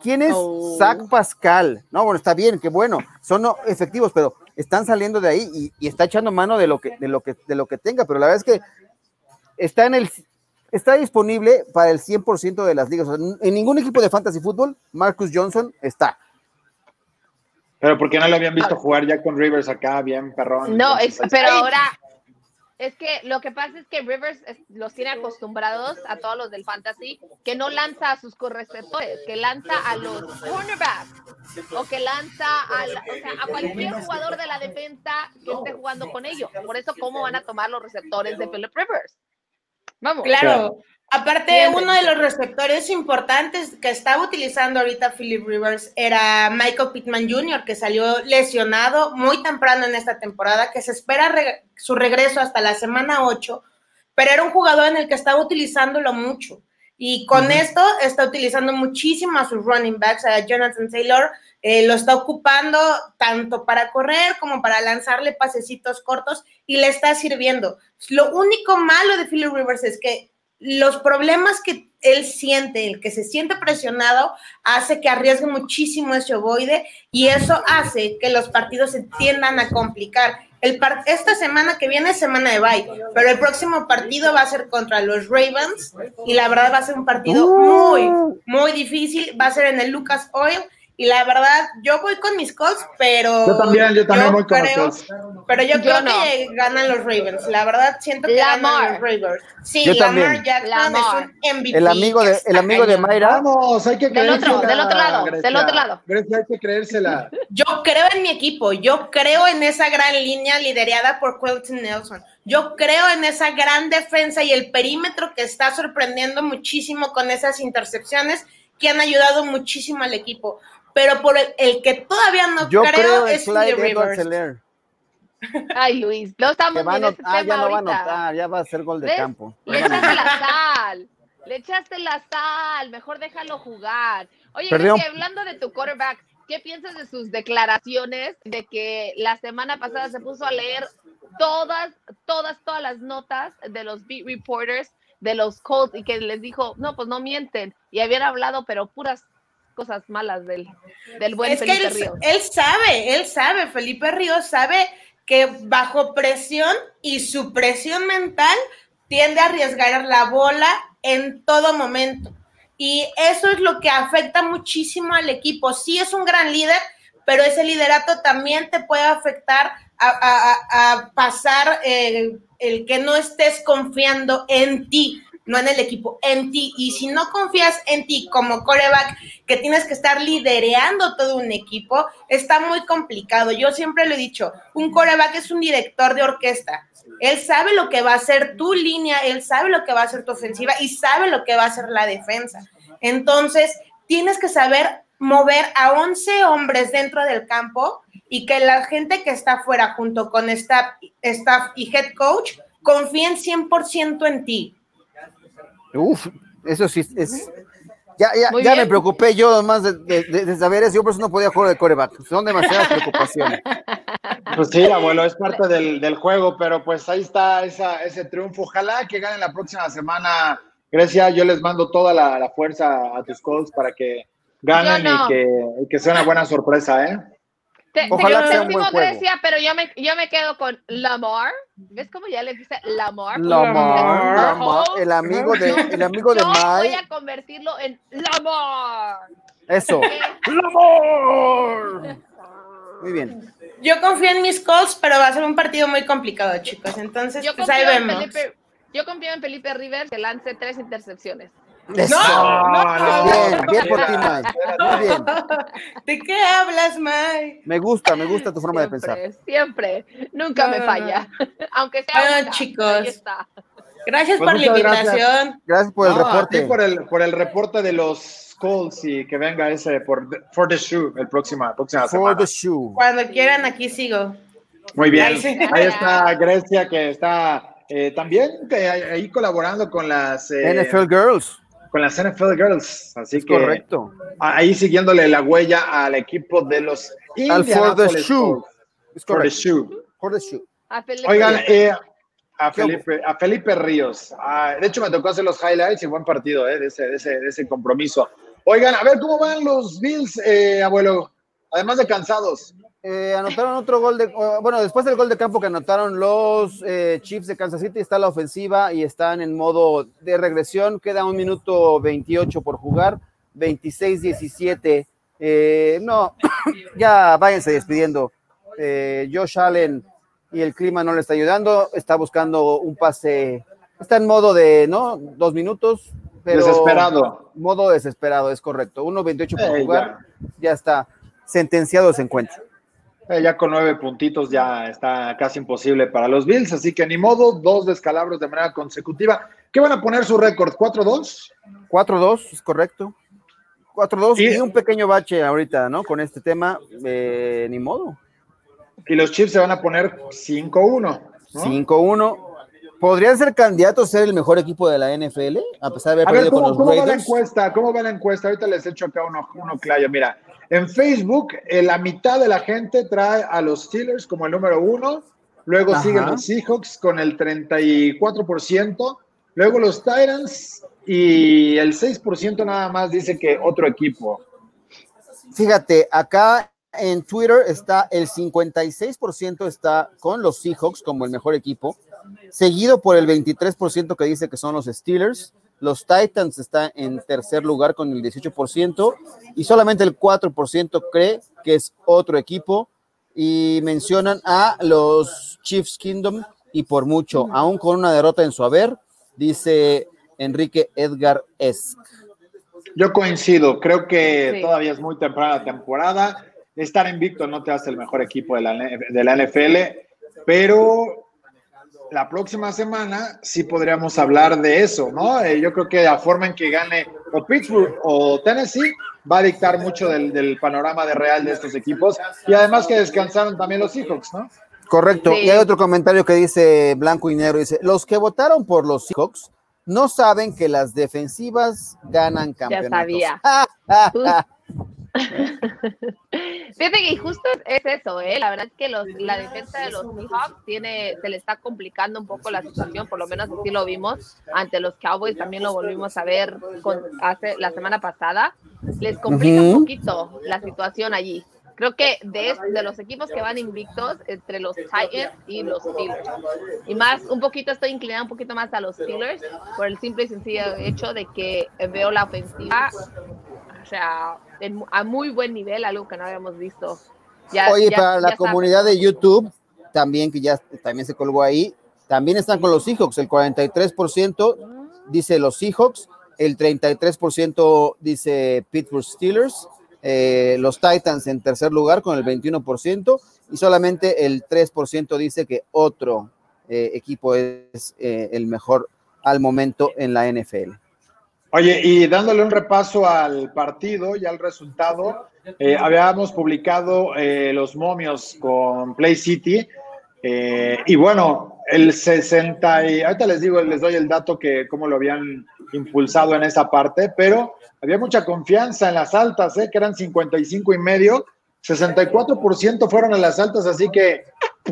¿Quién es Oh. Zach Pascal? No, bueno, está bien, qué bueno, son no, efectivos, pero están saliendo de ahí y, y está echando mano de lo que, de lo que, de lo que tenga, pero la verdad es que está en el, está disponible para el cien por ciento de las ligas. O sea, en ningún equipo de fantasy fútbol, Marcus Johnson está. Pero porque no lo habían visto jugar ya con Rivers acá, bien perrón. No, Entonces, es, pero ahora es que lo que pasa es que Rivers es- los tiene acostumbrados a todos los del fantasy que no lanza a sus correceptores, que lanza a los cornerbacks o que lanza a, la- o sea, a cualquier jugador de la defensa que esté jugando con ellos. Por eso, ¿cómo van a tomar los receptores de Philip Rivers? Vamos. Claro. Aparte, Siempre. uno de los receptores importantes que estaba utilizando ahorita Philip Rivers era Michael Pittman junior, que salió lesionado muy temprano en esta temporada, que se espera re- su regreso hasta la semana ocho, pero era un jugador en el que estaba utilizándolo mucho. Y con uh-huh. esto está utilizando muchísimo a sus running backs, a Jonathan Taylor, eh, lo está ocupando tanto para correr como para lanzarle pasecitos cortos y le está sirviendo. Lo único malo de Philip Rivers es que los problemas que él siente, el que se siente presionado, hace que arriesgue muchísimo ese ovoide y eso hace que los partidos se tiendan a complicar. El par- esta semana que viene es semana de bye, pero el próximo partido va a ser contra los Ravens y la verdad va a ser un partido muy, muy difícil. Va a ser en el Lucas Oil y la verdad yo voy con mis Colts, pero yo también, yo también yo voy con creo, los Colts. Pero yo, Yo creo no. que ganan los Ravens. La verdad siento que Lamar. ganan los Ravens. Sí, Yo Lamar también. Jackson Lamar. es un M V P. El amigo de, el amigo de Mayra. Vamos, hay que Del otro, creérsela. del otro lado, Grecia. del otro lado. Grecia, hay que creérsela. Yo creo en mi equipo, yo creo en esa gran línea liderada por Quentin Nelson. Yo creo en esa gran defensa y el perímetro que está sorprendiendo muchísimo con esas intercepciones que han ayudado muchísimo al equipo. Pero por el, el que todavía no Yo creo, creo en es Clyde Philip Edwards Rivers. Helaire. Ay, Luis, no estamos Que va a en ese not- ah, tema ya no va a ahorita. anotar, ya va a hacer gol de ¿Ves? campo. Le echaste la sal, le echaste la sal, mejor déjalo jugar. Oye, Perdió. Grecia, hablando de tu quarterback, ¿qué piensas de sus declaraciones de que la semana pasada se puso a leer todas, todas, todas las notas de los beat reporters de los Colts y que les dijo, no, pues no mienten, y habían hablado, pero puras cosas malas del, del buen Es Felipe que él, Ríos? él sabe, él sabe, Felipe Ríos sabe que bajo presión y su presión mental tiende a arriesgar la bola en todo momento. Y eso es lo que afecta muchísimo al equipo. Sí es un gran líder, pero ese liderato también te puede afectar a, a, a, a pasar eh, el que no estés confiando en ti, no en el equipo, en ti. Y si no confías en ti como quarterback, que tienes que estar liderando todo un equipo, está muy complicado. Yo siempre lo he dicho, un quarterback es un director de orquesta. Él sabe lo que va a hacer tu línea, él sabe lo que va a hacer tu ofensiva y sabe lo que va a hacer la defensa. Entonces, tienes que saber mover a once hombres dentro del campo y que la gente que está afuera junto con staff, staff y head coach confíen cien por ciento en ti. Uf, eso sí es. Ya, ya, Muy ya bien. me preocupé yo más de, de, de, de saber eso. Yo por eso no podía jugar de quarterback. Son demasiadas preocupaciones. Pues sí, abuelo, es parte del, del juego, pero pues ahí está esa, ese triunfo. Ojalá que ganen la próxima semana, Grecia. Yo les mando toda la, la fuerza a tus Colts para que ganen Yo no. y, que, y que sea una buena sorpresa, ¿eh? Te, Ojalá te sea un buen decimos, juego. Grecia, pero yo me, yo me quedo con Lamar. ¿Ves cómo ya le dice Lamar? Lamar, Lamar. Lamar, el amigo de, el amigo de Yo voy Mike. a convertirlo en Lamar. Eso. ¿Qué? ¡Lamar! Muy bien. Yo confío en mis Colts, pero va a ser un partido muy complicado, chicos. Entonces, Yo pues ahí confío, en vemos. Felipe, yo confío en Felipe Rivers que lance tres intercepciones. Eso. No, Bien, bien por ti, Mike. Muy bien. ¿De qué hablas, Mike? Me gusta, me gusta tu forma Siempre, de pensar. siempre. Nunca No, me no, falla. Aunque sea Bueno, una, chicos. ahí está. Gracias Pues por la muchas gracias. invitación. Gracias por el No, a ti reporte. por el, por el reporte de los Colts y que venga ese por For the Shoe el próxima, próxima For semana. the shoe. Cuando quieran, aquí sigo. Muy bien. Ahí sí. Ahí está Grecia, que está eh, también que ahí colaborando con las eh, N F L Girls. con las N F L Girls. Así Es que correcto. ahí siguiéndole la huella al equipo de los Al For the Indianapolis Shoe. Colts. Es For the correcto. Shoe. For the shoe. A Felipe Oigan, Rivers. eh, a, ¿Qué hubo? Felipe, a Felipe Ríos. Ah, de hecho, me tocó hacer los highlights y buen partido eh, de, ese, de, ese, de ese compromiso. Oigan, a ver cómo van los Bills, eh, abuelo, además de cansados. Eh, anotaron otro gol de, bueno, después del gol de campo que anotaron los eh, Chiefs de Kansas City, está la ofensiva y están en modo de regresión, queda un minuto veintiocho por jugar, veintiséis diecisiete, eh, no, ya váyanse despidiendo, eh, Josh Allen y el clima no le está ayudando, está buscando un pase, está en modo de, ¿no? Dos minutos, pero desesperado. Modo desesperado, es correcto, uno veintiocho por eh, jugar, ya. ya está sentenciado ese encuentro. Eh, ya con nueve puntitos ya está casi imposible para los Bills, así que ni modo, dos descalabros de manera consecutiva. ¿Qué van a poner su récord? ¿cuatro dos? cuatro dos, es correcto. cuatro dos y, y un pequeño bache ahorita, ¿no? Con este tema, eh, ni modo. Y los Chiefs se van a poner cinco uno, ¿no? cinco uno. ¿Podrían ser candidatos a ser el mejor equipo de la N F L? A pesar de haber a ver, perdido ¿cómo, con los ¿cómo Raiders. va la encuesta? ¿Cómo va la encuesta? Ahorita les echo acá uno, uno clayo. Mira, en Facebook, eh, la mitad de la gente trae a los Steelers como el número uno, luego Ajá. siguen los Seahawks con el treinta y cuatro por ciento, luego los Titans y el seis por ciento nada más dice que otro equipo. Fíjate, acá en Twitter está el cincuenta y seis por ciento está con los Seahawks como el mejor equipo, seguido por el veintitrés por ciento que dice que son los Steelers. Los Titans están en tercer lugar con el dieciocho por ciento y solamente el cuatro por ciento cree que es otro equipo y mencionan a los Chiefs Kingdom y por mucho, aún con una derrota en su haber, dice Enrique Edgar Esk. Yo coincido, creo que Sí. todavía es muy temprana la temporada, estar invicto no te hace el mejor equipo de la, de la N F L, pero la próxima semana sí podríamos hablar de eso, ¿no? Eh, yo creo que la forma en que gane o Pittsburgh o Tennessee va a dictar mucho del, del panorama de real de estos equipos y además que descansaron también los Seahawks, ¿no? Correcto, Sí. y hay otro comentario que dice blanco y negro, dice, los que votaron por los Seahawks no saben que las defensivas ganan campeonatos. sabía. Fíjate que justo es eso, ¿eh? La verdad es que los, la defensa de los Seahawks tiene, se le está complicando un poco la situación, por lo menos así lo vimos ante los Cowboys, también lo volvimos a ver con, hace, la semana pasada. Les complica Uh-huh. un poquito la situación allí. Creo que de, de los equipos que van invictos, entre los Titans y los Steelers. Y más, un poquito estoy inclinada un poquito más a los Steelers, por el simple y sencillo hecho de que veo la ofensiva, o sea, en, a muy buen nivel, algo que no habíamos visto. Ya, Oye, ya, para ya la está. comunidad de YouTube, también que ya también se colgó ahí, también están con los Seahawks, el cuarenta y tres por ciento dice los Seahawks, el treinta y tres por ciento dice Pittsburgh Steelers, eh, los Titans en tercer lugar con el veintiuno por ciento y solamente el tres por ciento dice que otro eh, equipo es eh, el mejor al momento en la N F L. Oye, y dándole un repaso al partido y al resultado, eh, habíamos publicado eh, los momios con Play City, eh, y bueno, el sesenta, y ahorita les digo, les doy el dato que cómo lo habían impulsado en esa parte, pero había mucha confianza en las altas, eh, que eran cincuenta y cinco y medio, sesenta y cuatro por ciento fueron a las altas, así que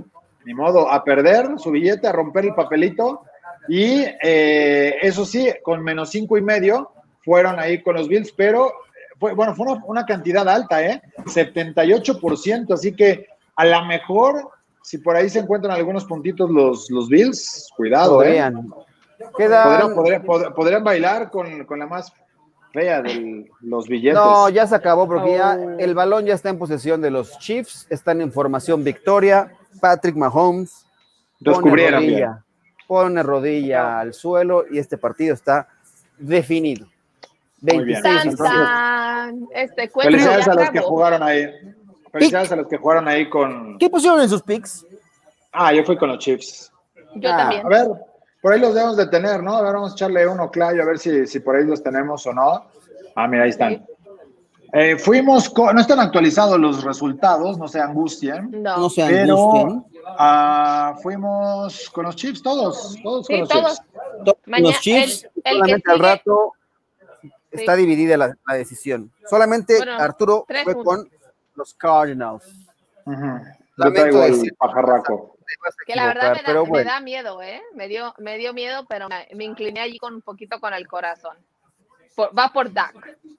ni modo, a perder su billete, a romper el papelito. Y eh, eso sí, con menos cinco y medio fueron ahí con los Bills, pero fue, bueno, fue una, una cantidad alta, ¿eh? setenta y ocho por ciento, así que a lo mejor, si por ahí se encuentran algunos puntitos los, los Bills, cuidado, Podrían. ¿eh? Quedan... Podrían, podrían, podrían bailar con, con la más fea de los billetes. No, ya se acabó porque Oh. ya el balón ya está en posesión de los Chiefs, están en formación victoria, Patrick Mahomes Descubrieron pone rodilla, bien. pone rodilla al suelo y este partido está definido. Muy bien. veintiséis Tan, tan. Este encuentro Felicidades ya a los que acabó. jugaron ahí. Felicidades a los que jugaron ahí con... ¿Qué pusieron en sus picks? Ah, yo fui con los Chiefs. Yo Ah, también. A ver, por ahí los debemos de tener, ¿no? A ver, vamos a echarle uno, Clayo, a ver si, si por ahí los tenemos o no. Ah, mira, ahí están. Eh, fuimos con... No están actualizados los resultados, no se angustien. No, No se Pero angustien. ah, fuimos con los Chiefs, todos. Todos Sí, con los todos. Chiefs. Todos Maña- los Chiefs, el- el que solamente al sigue- rato está dividida la, la decisión. Solamente Bueno, Arturo tres fue puntos. con los Cardinals. Ujú. Yo Lamento traigo el decir- pajarraco. Te vas a Que la verdad me equivocar, da, pero me bueno. da miedo, ¿eh? Me dio, me dio miedo, pero me, me incliné allí con un poquito con el corazón. por, va por Dak.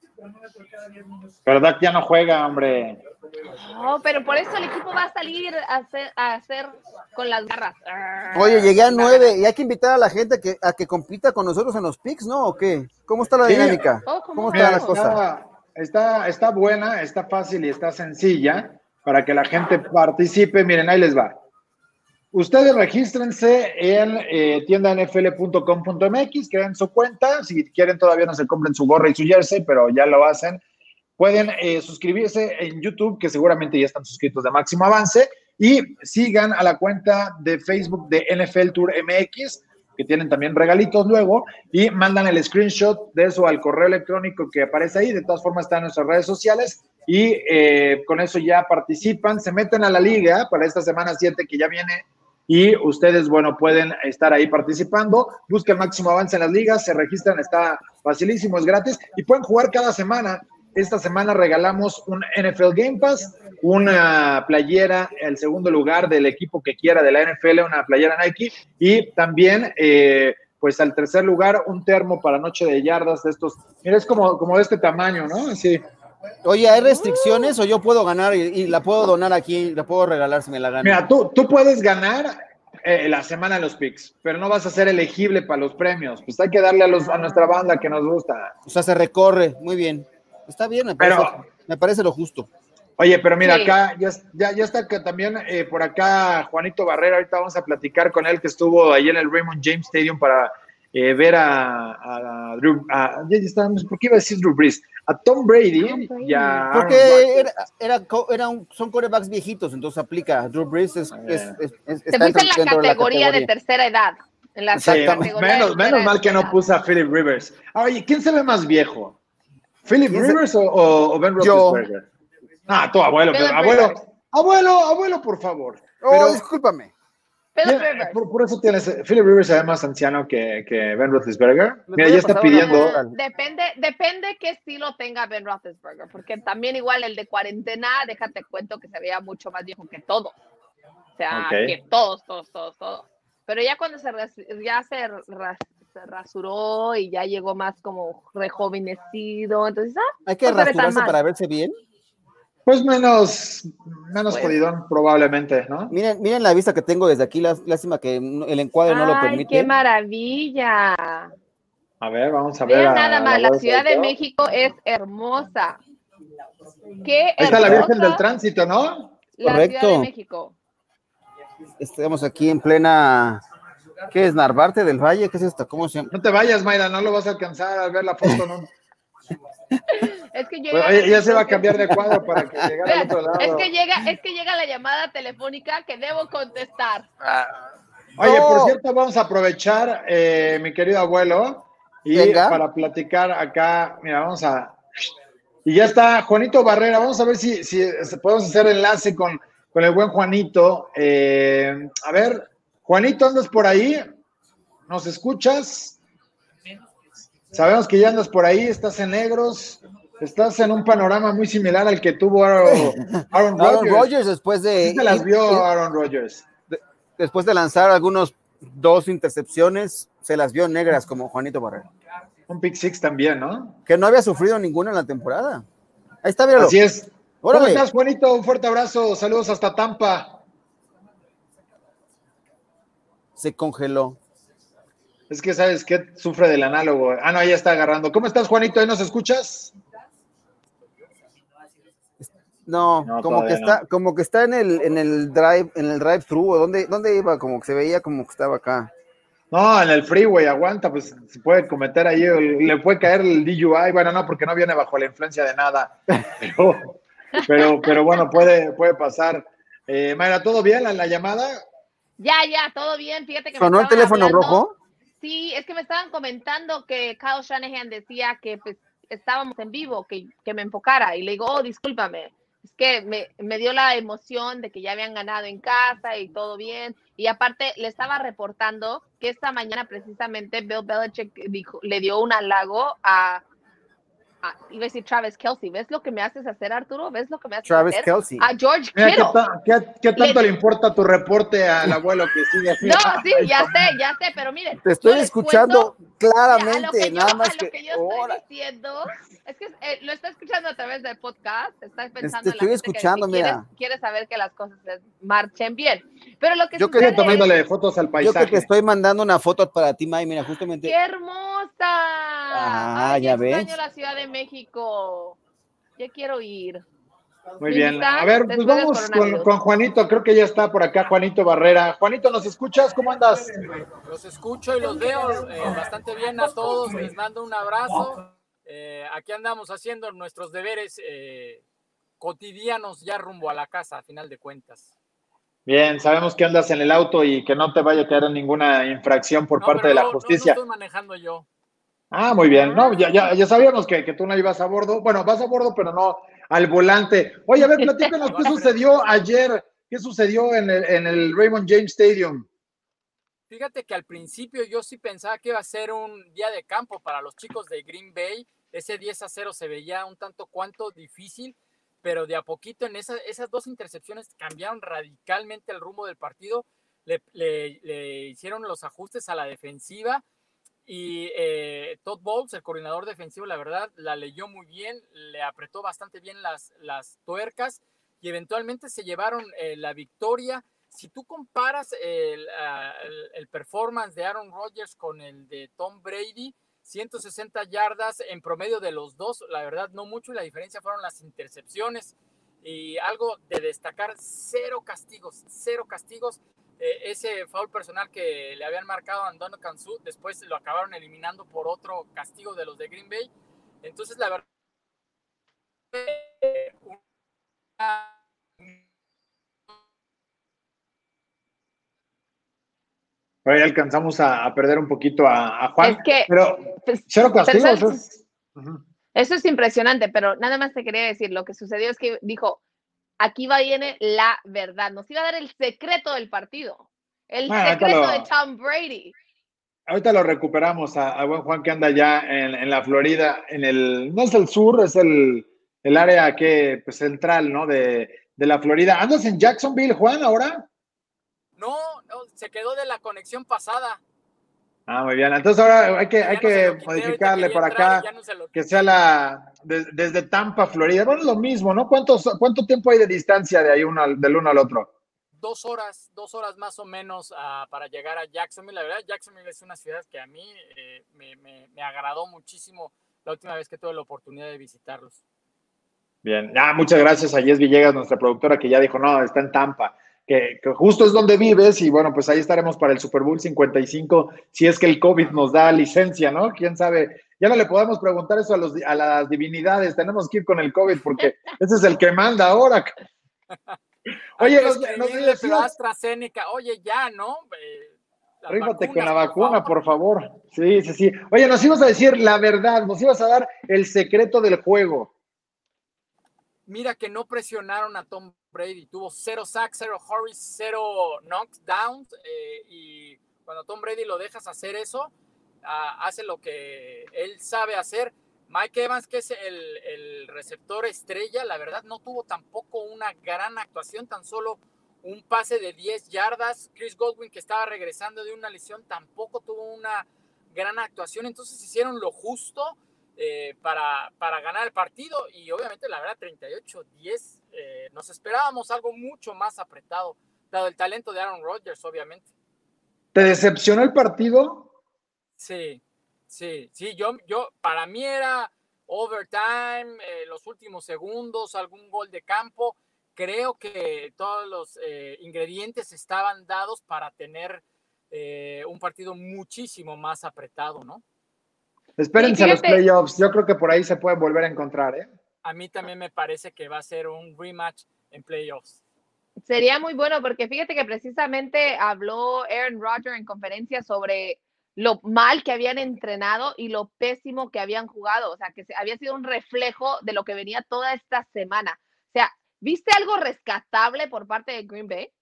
Pero Dak ya no juega, hombre. No, pero por eso el equipo va a salir a hacer, a hacer con las garras. Oye, llegué a nueve y hay que invitar a la gente a que, a que compita con nosotros en los picks, ¿no? ¿O qué? ¿Cómo está la Sí. dinámica? Oh, ¿cómo ¿Cómo está Mira, la está, cosa? está, está buena, está fácil y está sencilla para que la gente participe. Miren, ahí les va. Ustedes regístrense en eh, tienda n f l punto com punto m x, creen su cuenta. Si quieren, todavía no se compren su gorra y su jersey, pero ya lo hacen. Pueden eh, suscribirse en YouTube, que seguramente ya están suscritos de Máximo Avance, y sigan a la cuenta de Facebook de N F L Tour M X, que tienen también regalitos luego, y mandan el screenshot de eso al correo electrónico que aparece ahí. De todas formas, está en nuestras redes sociales, y eh, con eso ya participan, se meten a la liga para esta semana siete que ya viene, y ustedes, bueno, pueden estar ahí participando. Busquen Máximo Avance en las ligas, se registran, está facilísimo, es gratis, y pueden jugar cada semana. Esta semana regalamos un N F L Game Pass, una playera, el segundo lugar del equipo que quiera de la N F L, una playera Nike, y también, eh, pues al tercer lugar, un termo para noche de yardas de estos. Mira, es como, como de este tamaño, ¿no? Así. Oye, ¿hay restricciones o yo puedo ganar y, y la puedo donar aquí, la puedo regalar si me la gano? Mira, tú, tú puedes ganar eh, la semana de los picks, pero no vas a ser elegible para los premios. Pues hay que darle a, los, a nuestra banda que nos gusta. O sea, se recorre, muy bien. Está bien, me parece, Pero, me parece lo justo. Oye, pero mira, Sí. acá ya, ya, ya está que también eh, por acá Juanito Barrera, ahorita vamos a platicar con él, que estuvo ahí en el Raymond James Stadium para eh, ver a, a, Drew, a ya estábamos, ¿por qué iba a decir Drew Brees? A Tom Brady, Tom Brady. y a Aaron Porque Rodgers. era, era, era un, son quarterbacks viejitos, entonces aplica. Drew Brees es, es, es, es- Te está fuiste en la dentro de categoría de tercera edad. En la Sí, Exactamente. categoría de menos, tercera menos mal que no edad. puse a Philip Rivers. Ah, oye, ¿quién se ve más viejo? ¿Philip ¿Quién se- Rivers o, o, o Ben Yo. Roethlisberger? Ah, tu abuelo, Philip pero, abuelo, Rivers. abuelo, abuelo, por favor. Oh, Pero, discúlpame. Philip ¿quién- Rivers. por, por eso tienes, Philip Rivers se ve más anciano que, que Ben Roethlisberger. Les Mira, voy a ya está pasar una pidiendo. postal. Depende, depende qué estilo tenga Ben Roethlisberger, porque también igual el de cuarentena, déjate cuento que se veía mucho más viejo que todos. O sea, Ok. que todos, todos, todos, todos. Pero ya cuando se ras- ya se, ras- se rasuró y ya llegó más como rejuvenecido, entonces, ah, Hay que no se ve tan rasurarse mal. para verse bien. Pues menos, menos Pues. jodidón, probablemente, ¿no? Miren, miren la vista que tengo desde aquí, lá- lástima que no- el encuadre no lo Ay, permite. qué maravilla. A ver, vamos a ver. Vean a- nada a más, la voz Ciudad de del- México es hermosa. Qué Ahí está la hermosa Virgen del Tránsito, ¿no? la Correcto. Ciudad de México. Estamos aquí en plena, ¿qué es? Narvarte del Valle, ¿qué es esto? ¿Cómo se llama? No te vayas, Mayra, no lo vas a alcanzar a ver la foto, ¿no? Es que llega, Pues, oye, ya se va a cambiar de cuadro para que llegue al Vean, otro lado. es que llega, es que llega la llamada telefónica que debo contestar. Oye, ¡No! por cierto, vamos a aprovechar, eh, mi querido abuelo, y Venga. para platicar acá, mira, vamos a... Y ya está Juanito Barrera, vamos a ver si, si podemos hacer enlace con, con el buen Juanito. Eh, a ver, Juanito, ¿andas por ahí? ¿Nos escuchas? Sabemos que ya andas por ahí, estás en negros, estás en un panorama muy similar al que tuvo Aaron, Aaron Aaron Rodgers. Rodgers después de, ¿Sí se las vio Aaron Rodgers? después de lanzar algunos dos intercepciones, se las vio negras como Juanito Barrera, Un pick six también, ¿no? que no había sufrido ninguna en la temporada. Ahí está, míralo. Así es. ¿Cómo Órale. estás, Juanito? Un fuerte abrazo, saludos hasta Tampa. Se congeló. Es que sabes que sufre del análogo. Ah, no, ya está agarrando. ¿Cómo estás, Juanito? ¿Ahí nos escuchas? No, No, como que todavía está, como que está en el, en el drive, en el drive thru, ¿dónde, dónde iba? Como que se veía como que estaba acá. No, en el freeway, aguanta, pues se puede cometer ahí, el- le puede caer el D U I, bueno, no, porque no viene bajo la influencia de nada, pero, pero, pero bueno, puede, puede pasar. Eh, Mayra, ¿todo bien la, la llamada? Ya, ya, todo bien. Fíjate que me ¿Sonó el estaban teléfono hablando- rojo? Sí, es que me estaban comentando que Kyle Shanahan decía que pues estábamos en vivo, que, que me enfocara. Y le digo, oh, discúlpame. Es que me, me dio la emoción de que ya habían ganado en casa y todo bien. Y aparte, le estaba reportando que esta mañana precisamente Bill Belichick dijo, le dio un halago a, Ah, iba a decir Travis Kelce. ¿Ves lo que me haces hacer, Arturo? ¿Ves lo que me haces Travis hacer? Kelce. A George Mira, Kittle. ¿qué, ta- qué- qué tanto Le- le importa tu reporte al abuelo que sigue así? No, sí, ya sé, ya sé, pero miren. Te estoy yo les escuchando cuento, claramente, a lo que yo, nada más a lo que, que yo ¡Hola! estoy diciendo, es que eh, lo está escuchando a través del podcast, está pensando Te en la estoy gente escuchando, que, que quiere, mira. quiere saber que las cosas se marchen bien. Pero lo que Yo que- Sigue sucede es, tomándole fotos al Yo que paisaje. te estoy mandando una foto para ti, May, mira, justamente. ¡qué hermosa! Ah, Ay, ya extraño ves. la Ciudad de México. Ya quiero ir. Muy ¿Me bien. invitan? A ver, pues Después del vamos con, coronavirus. con Juanito. Creo que ya está por acá Juanito Barrera. Juanito, ¿nos escuchas? ¿Cómo andas? Los escucho y los veo eh, bastante bien a todos. Les mando un abrazo. Eh, aquí andamos haciendo nuestros deberes eh, cotidianos ya rumbo a la casa, a final de cuentas. Bien, sabemos que andas en el auto y que no te vaya a caer en ninguna infracción por No, parte pero de la no, no, no justicia. estoy manejando yo. Ah, muy bien. No, ya, ya, Ah. ya sabíamos que, que tú no ibas a bordo. Bueno, vas a bordo, pero no al volante. Oye, a ver, platícanos Yo qué al sucedió ayer, qué sucedió en el, en el Raymond James Stadium. Fíjate que al principio yo sí pensaba que iba a ser un día de campo para los chicos de Green Bay. Ese diez a cero se veía un tanto cuanto difícil, pero de a poquito en esa, esas dos intercepciones cambiaron radicalmente el rumbo del partido. Le, le, le hicieron los ajustes a la defensiva y eh, Todd Bowles, el coordinador defensivo, la verdad, la leyó muy bien, le apretó bastante bien las, las tuercas y eventualmente se llevaron eh, la victoria. Si tú comparas el, el, el performance de Aaron Rodgers con el de Tom Brady, ciento sesenta yardas en promedio de los dos, la verdad no mucho, y la diferencia fueron las intercepciones. Y algo de destacar, cero castigos, cero castigos. Eh, ese foul personal que le habían marcado a Antonio Kansu, después lo acabaron eliminando por otro castigo de los de Green Bay. Entonces, la verdad, eh, una Ahí alcanzamos a, a perder un poquito a, a Juan, Es que, pero pues, cero castigos. pero, Es, uh-huh. Eso es impresionante, pero nada más te quería decir, lo que sucedió es que dijo, aquí va viene la verdad, nos iba a dar el secreto del partido, el Bueno, secreto lo, de Tom Brady. Ahorita lo recuperamos a, a buen Juan que anda ya en, en la Florida, en el, no es el sur, es el, el área que, pues, central, ¿no? De, de la Florida. ¿Andas en Jacksonville, Juan, ahora? No, no, se quedó de la conexión pasada. Ah, muy bien. Entonces ahora hay que, hay no que quité, modificarle por acá, no que sea la de, desde Tampa, Florida. Bueno, lo mismo, ¿no? ¿Cuántos, ¿Cuánto tiempo hay de distancia de ahí uno al, del uno al otro? Dos horas, dos horas más o menos uh, para llegar a Jacksonville. La verdad, Jacksonville es una ciudad que a mí eh, me, me, me agradó muchísimo la última vez que tuve la oportunidad de visitarlos. Bien, ah, muchas gracias a Jess Villegas, nuestra productora, que ya dijo, no, está en Tampa. Que, que justo es donde vives y bueno, pues ahí estaremos para el Super Bowl cincuenta y cinco, si es que el COVID nos da licencia, ¿no? ¿Quién sabe? Ya no le podemos preguntar eso a, los, a las divinidades, tenemos que ir con el COVID porque ese es el que manda ahora. Oye, nos, nos decías, pero AstraZeneca, oye, ya, ¿no? Eh, rífate con la vacuna, por favor. por favor. Sí, sí, sí. Oye, nos ibas a decir la verdad, nos ibas a dar el secreto del juego. Mira que no presionaron a Tom Brady, tuvo cero sacks, cero hurries, cero knockdowns, eh, y cuando Tom Brady lo dejas hacer eso, uh, hace lo que él sabe hacer. Mike Evans, que es el, el receptor estrella, la verdad no tuvo tampoco una gran actuación, tan solo un pase de diez yardas. Chris Godwin, que estaba regresando de una lesión, tampoco tuvo una gran actuación, entonces hicieron lo justo Eh, para, para ganar el partido y obviamente la verdad treinta y ocho diez eh, nos esperábamos algo mucho más apretado dado el talento de Aaron Rodgers, obviamente. ¿Te decepcionó el partido? Sí, sí, sí, yo, yo para mí era overtime, eh, los últimos segundos, algún gol de campo. Creo que todos los eh, ingredientes estaban dados para tener eh, un partido muchísimo más apretado, ¿no? Espérense sí, a los playoffs, yo creo que por ahí se pueden volver a encontrar, ¿eh? A mí también me parece que va a ser un rematch en playoffs. Sería muy bueno porque fíjate que precisamente habló Aaron Rodgers en conferencia sobre lo mal que habían entrenado y lo pésimo que habían jugado, o sea, que había sido un reflejo de lo que venía toda esta semana. O sea, ¿viste algo rescatable por parte de Green Bay?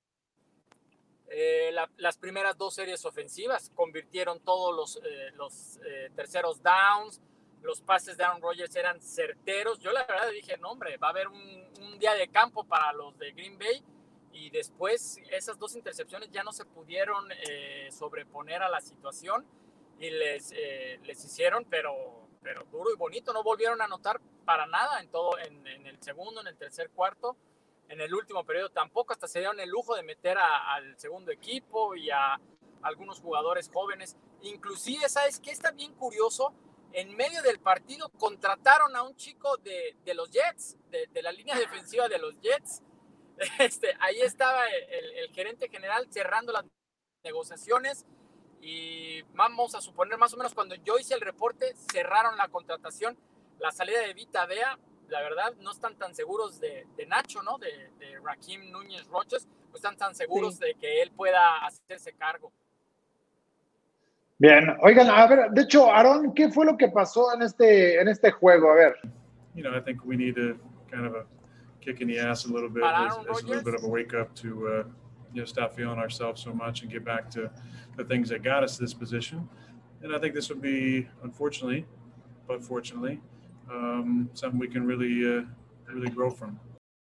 Eh, la, las primeras dos series ofensivas convirtieron todos los, eh, los eh, terceros downs, los pases de Aaron Rodgers eran certeros. Yo la verdad dije, no hombre, va a haber un, un día de campo para los de Green Bay, y después esas dos intercepciones ya no se pudieron eh, sobreponer a la situación y les, eh, les hicieron, pero, pero duro y bonito, no volvieron a anotar para nada en todo, en, en el segundo, en el tercer cuarto, en el último periodo tampoco, hasta se dieron el lujo de meter a, al segundo equipo y a algunos jugadores jóvenes. Inclusive, ¿sabes qué? Está bien curioso, en medio del partido contrataron a un chico de, de los Jets, de, de la línea defensiva de los Jets. Este, ahí estaba el, el gerente general cerrando las negociaciones, y vamos a suponer más o menos cuando yo hice el reporte cerraron la contratación. La salida de Vita Vea, la verdad no están tan seguros de, de Nacho, ¿no? De, de Raheem Núñez Roches, no están tan seguros sí. de que él pueda hacerse cargo. Bien, oigan, a ver, de hecho, Aaron, ¿qué fue lo que pasó en este, en este juego? A ver. You know, I think we need a kind of a kick in the ass a little bit, as, as a little bit of a wake up to, uh, you know, stop feeling ourselves so much and get back to the things that got us to this position. And I think this would be, unfortunately, but fortunately, um, something we can really, uh, really grow from.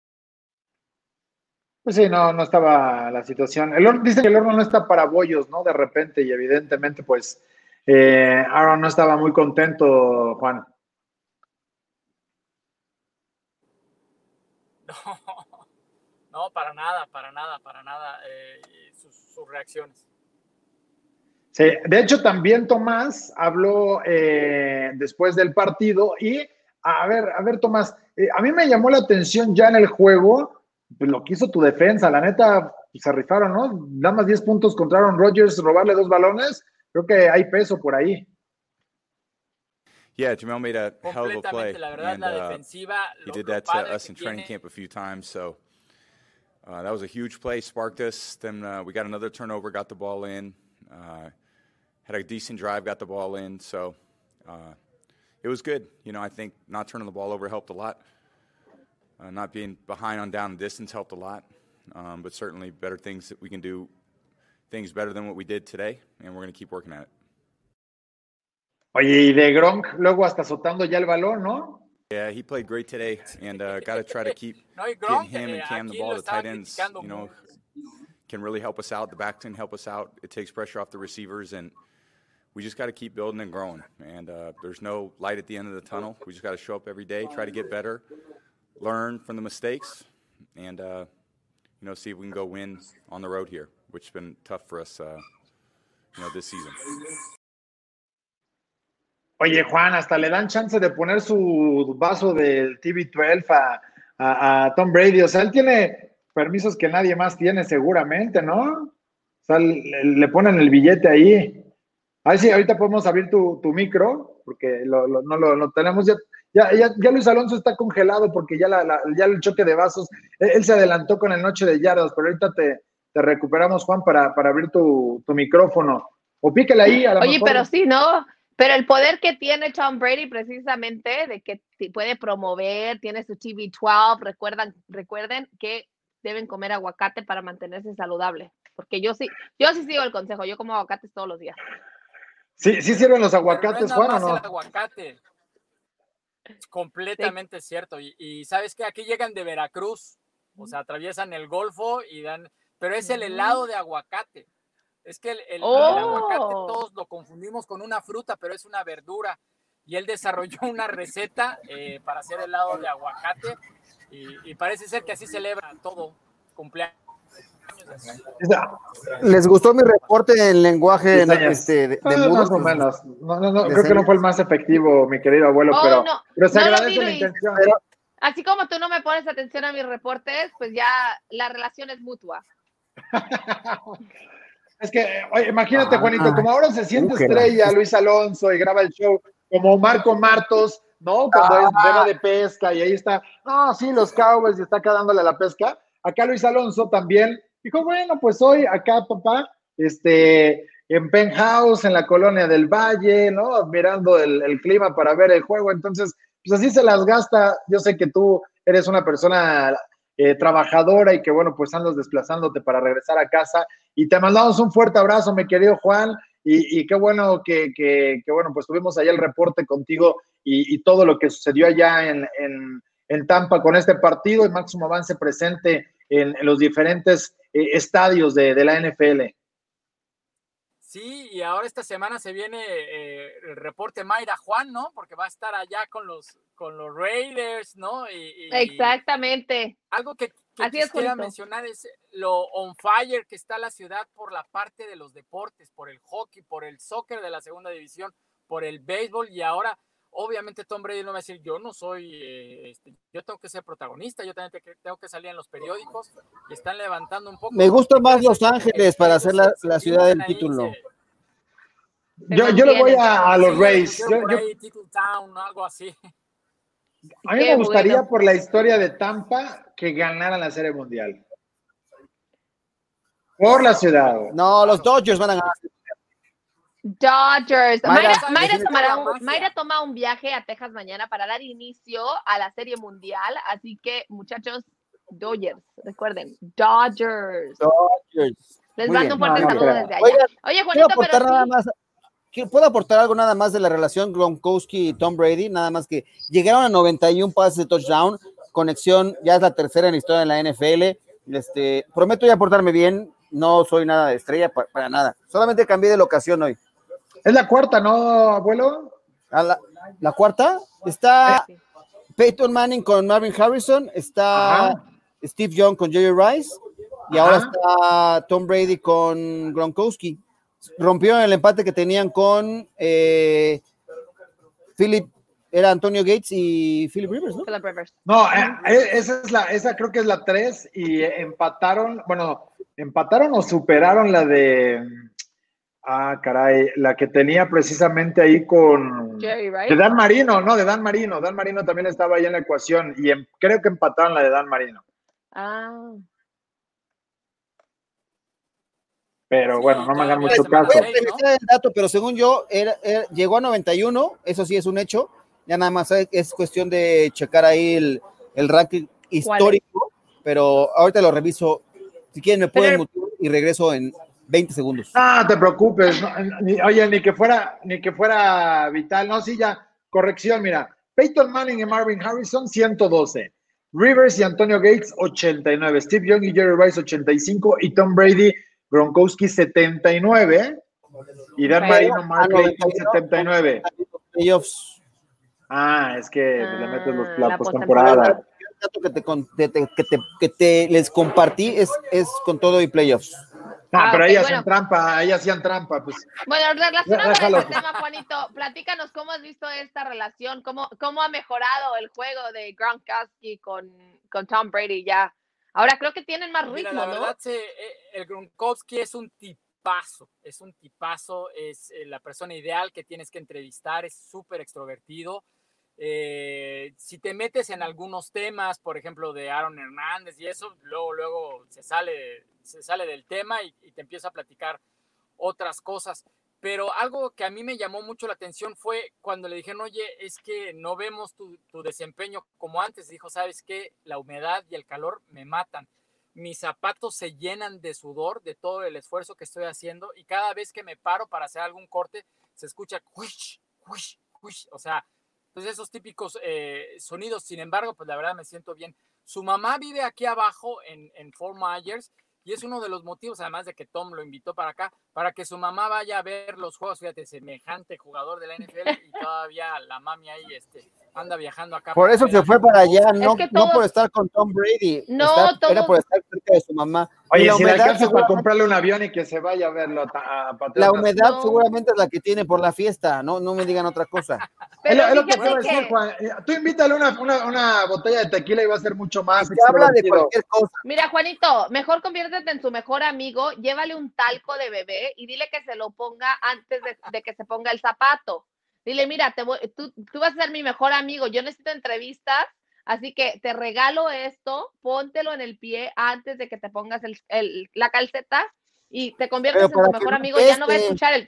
Pues sí, no, no estaba la situación. El horno, dicen que el horno no está para bollos, ¿no? De repente, y evidentemente, pues, eh, Aaron no estaba muy contento, Juan. No, no, para nada, para nada, para nada, eh, sus, sus reacciones. Sí, de hecho, también Tomás habló eh, después del partido y, a ver, a ver, Tomás, eh, a mí me llamó la atención ya en el juego, pues lo que hizo tu defensa, la neta, pues, se rifaron, ¿no? Nada más diez puntos contra Aaron Rodgers, robarle dos balones, creo que hay peso por ahí. Yeah, Jamel made a hell of a play, la verdad, and la uh, defensiva, he did that to us in training camp a few times, so uh, that was a huge play, sparked us. Then uh, we got another turnover, got the ball in, uh, had a decent drive, got the ball in, so uh, it was good. You know, I think not turning the ball over helped a lot. Uh, not being behind on down and distance helped a lot, um, but certainly better things that we can do, things better than what we did today, and we're going to keep working at it. Oye, y de Gronk luego hasta azotando ya el balón, ¿no? Yeah, he played great today, and uh, got to try to keep no, Gronk, getting him and Cam the ball. The tight ends, you know, can really help us out. The backs can help us out. It takes pressure off the receivers, and we just got to keep building and growing. And uh, there's no light at the end of the tunnel. We just got to show up every day, try to get better, learn from the mistakes, and uh, you know, see if we can go win on the road here, which has been tough for us, uh, you know, this season. Oye, Juan, hasta le dan chance de poner su vaso del T V doce a, a, a Tom Brady. O sea, él tiene permisos que nadie más tiene seguramente, ¿no? O sea, le, le ponen el billete ahí. A ver si ahorita podemos abrir tu, tu micro, porque lo, lo, no lo, lo tenemos. Ya, ya, ya, ya Luis Alonso está congelado porque ya, la, la, ya el choque de vasos, él, él se adelantó con el noche de yardas, pero ahorita te, te recuperamos, Juan, para, para abrir tu, tu micrófono. O pícale ahí. A la Oye, mejor. Pero sí, ¿no? Pero el poder que tiene Tom Brady precisamente de que puede promover, tiene su T V doce, recuerdan, recuerden que deben comer aguacate para mantenerse saludable, porque yo sí, yo sí sigo el consejo, yo como aguacates todos los días. Sí, sí sirven los aguacates, no es Juan, ¿o no? El aguacate. Es completamente sí. cierto, y, y sabes que aquí llegan de Veracruz, o sea, atraviesan el Golfo y dan, pero es el helado de aguacate. Es que el, el, oh. el aguacate todos lo confundimos con una fruta, pero es una verdura. Y él desarrolló una receta eh, para hacer helado de aguacate y, y parece ser que así celebra todo cumpleaños. ¿Les gustó mi reporte en lenguaje sí, este, de, de ah, mudos? Más o menos. No, no, no, creo que no fue el más efectivo, mi querido abuelo, oh, pero, no, pero se no agradece vi, la intención. Pero, así como tú no me pones atención a mis reportes, pues ya la relación es mutua. Es que, oye, imagínate, ah, Juanito, como ahora se siente uh, estrella Luis Alonso y graba el show, como Marco Martos, ¿no? Cuando ah, es tema de pesca y ahí está, ah, sí, los Cowboys y está acá dándole la pesca. Acá Luis Alonso también dijo, bueno, pues hoy acá, papá, este, en Penthouse, en la colonia del Valle, ¿no? Admirando el, el clima para ver el juego. Entonces, pues así se las gasta. Yo sé que tú eres una persona eh, trabajadora y que, bueno, pues andas desplazándote para regresar a casa. Y te mandamos un fuerte abrazo, mi querido Juan, y, y qué bueno que, que, que, bueno, pues tuvimos allá el reporte contigo y, y todo lo que sucedió allá en, en, en Tampa con este partido y máximo avance presente en, en los diferentes eh, estadios de, de la N F L. Sí, y ahora esta semana se viene eh, el reporte Mayra Juan, ¿no? Porque va a estar allá con los, con los Raiders, ¿no? Y, y exactamente. Algo que, que quisiera mencionar es lo on fire que está la ciudad por la parte de los deportes, por el hockey, por el soccer de la segunda división, por el béisbol, y ahora obviamente Tom Brady no va a decir, yo no soy, eh, este, yo tengo que ser protagonista, yo también te, tengo que salir en los periódicos, y están levantando un poco. Me gusta más Los Ángeles para hacer la, la ciudad del título. Se, yo, yo le voy a, a los sí, Rays. Yo, por ahí, yo, Town, algo así. A mí me gustaría, bueno, por la historia de Tampa, que ganaran la Serie Mundial. Por la ciudad. No, los Dodgers van a ganar. Dodgers. Mayra, Mayra, Mayra, tomará un, Mayra toma un viaje a Texas mañana para dar inicio a la Serie Mundial, así que, muchachos, Dodgers, recuerden, Dodgers. Dodgers. Les Muy mando bien. un fuerte no, saludo no, desde allá. Oiga, Oye, Juanito, pero nada sí. más, ¿puedo aportar algo nada más de la relación Gronkowski y Tom Brady? Nada más que llegaron a noventa y un pases de touchdown, conexión, ya es la tercera en la historia de la N F L. Este, prometo ya portarme bien, no soy nada de estrella, para, para nada. Solamente cambié de locación hoy. Es la cuarta, ¿no, abuelo? ¿A la, ¿La cuarta? Está sí. Peyton Manning con Marvin Harrison, está Ajá. Steve Young con Jerry Rice, y Ajá. ahora está Tom Brady con Gronkowski. Rompió el empate que tenían con eh, Philip, era Antonio Gates y Philip Rivers, ¿no? Philip Rivers. No, eh, esa es la, esa creo que es la tres, y empataron, bueno, empataron o superaron la de, ah, caray, la que tenía precisamente ahí con Jerry Rice. De Dan Marino, no, de Dan Marino, Dan Marino también estaba ahí en la ecuación, y en, creo que empataron la de Dan Marino. Ah. Pero bueno, no me hagan mucho caso. Voy a revisar el dato, pero según yo, era, era, llegó a noventa y uno, eso sí es un hecho, ya nada más es cuestión de checar ahí el, el ranking histórico, pero ahorita lo reviso, si quieren me pueden mutear y regreso en veinte segundos. Ah, te preocupes, no, ni, oye, ni que fuera, ni que fuera vital, no, sí, ya, corrección, mira, Peyton Manning y Marvin Harrison, ciento doce, Rivers y Antonio Gates, ochenta y nueve, Steve Young y Jerry Rice, ochenta y cinco, y Tom Brady, Gronkowski, setenta y nueve, y Dan Marino, Mark Clayton, setenta y nueve. Playoffs. Ah, es que ah, le metes los la postemporada. El dato que te, que te, que te, que te les compartí es, es con todo y playoffs. Ah, ah pero okay, ahí hacían bueno. trampa, ahí hacían trampa, pues. Bueno, relacionado con este tema, Juanito, platícanos cómo has visto esta relación, cómo, cómo ha mejorado el juego de Gronkowski con, con Tom Brady ya. Ahora creo que tienen más ritmo, Mira, la ¿no? verdad, se, el Gronkowski es un tipazo, es un tipazo, es la persona ideal que tienes que entrevistar, es súper extrovertido. Eh, si te metes en algunos temas, por ejemplo, de Aaron Hernández y eso, luego, luego se sale, se sale del tema y, y te empieza a platicar otras cosas. Pero algo que a mí me llamó mucho la atención fue cuando le dijeron, oye, es que no vemos tu, tu desempeño como antes. Dijo, ¿sabes qué? La humedad y el calor me matan. Mis zapatos se llenan de sudor de todo el esfuerzo que estoy haciendo y cada vez que me paro para hacer algún corte, se escucha huish, huish, huish. O sea, pues esos típicos eh, sonidos. Sin embargo, pues la verdad me siento bien. Su mamá vive aquí abajo en, en Fort Myers. Y es uno de los motivos, además de que Tom lo invitó para acá, para que su mamá vaya a ver los juegos. Fíjate, semejante jugador de la N F L y todavía la mami ahí este, anda viajando acá. Por eso se fue para allá, no, es que todos... no por estar con Tom Brady. No, estar, todos... era por estar cerca de su mamá. Oye, la si humedad, le alcanza para comprarle un avión y que se vaya a verlo a, a La humedad no. seguramente es la que tiene por la fiesta, no, no me digan otra cosa. Pero es lo, es lo que quiero decir, que... Juan. Tú invítale una, una, una botella de tequila y va a ser mucho más. Se habla de cualquier cosa. Mira, Juanito, mejor conviértete en su mejor amigo, llévale un talco de bebé y dile que se lo ponga antes de, de que se ponga el zapato. Dile, mira, te voy, tú, tú vas a ser mi mejor amigo, yo necesito entrevistas, así que te regalo esto, póntelo en el pie antes de que te pongas el, el, la calceta y te conviertes en tu mejor amigo, este... ya no va a escuchar el...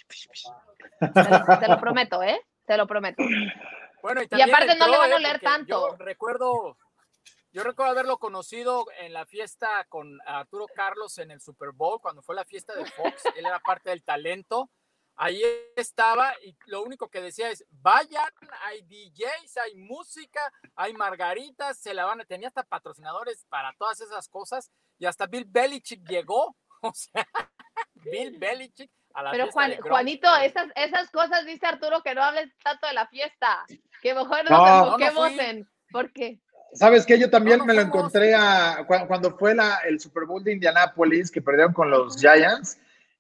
Te lo, te lo prometo, ¿eh? Te lo prometo. Bueno, y, y aparte no le van a eh, oler tanto. Yo recuerdo... Yo recuerdo haberlo conocido en la fiesta con Arturo Carlos en el Super Bowl, cuando fue la fiesta de Fox. Él era parte del talento ahí estaba y lo único que decía es, vayan, hay D Js, hay música, hay margaritas, se la van a, tenía hasta patrocinadores para todas esas cosas y hasta Bill Belichick llegó, o sea, Bill Belichick a la Pero fiesta Juan, de Gronk. Juanito, esas, esas cosas dice Arturo que no hables tanto de la fiesta, que mejor No, nos enfoquemos no, no en, ¿por qué? ¿Sabes qué? Yo también No, no me lo fuimos. encontré a, cu- cuando fue la, el Super Bowl de Indianápolis, que perdieron con los Giants.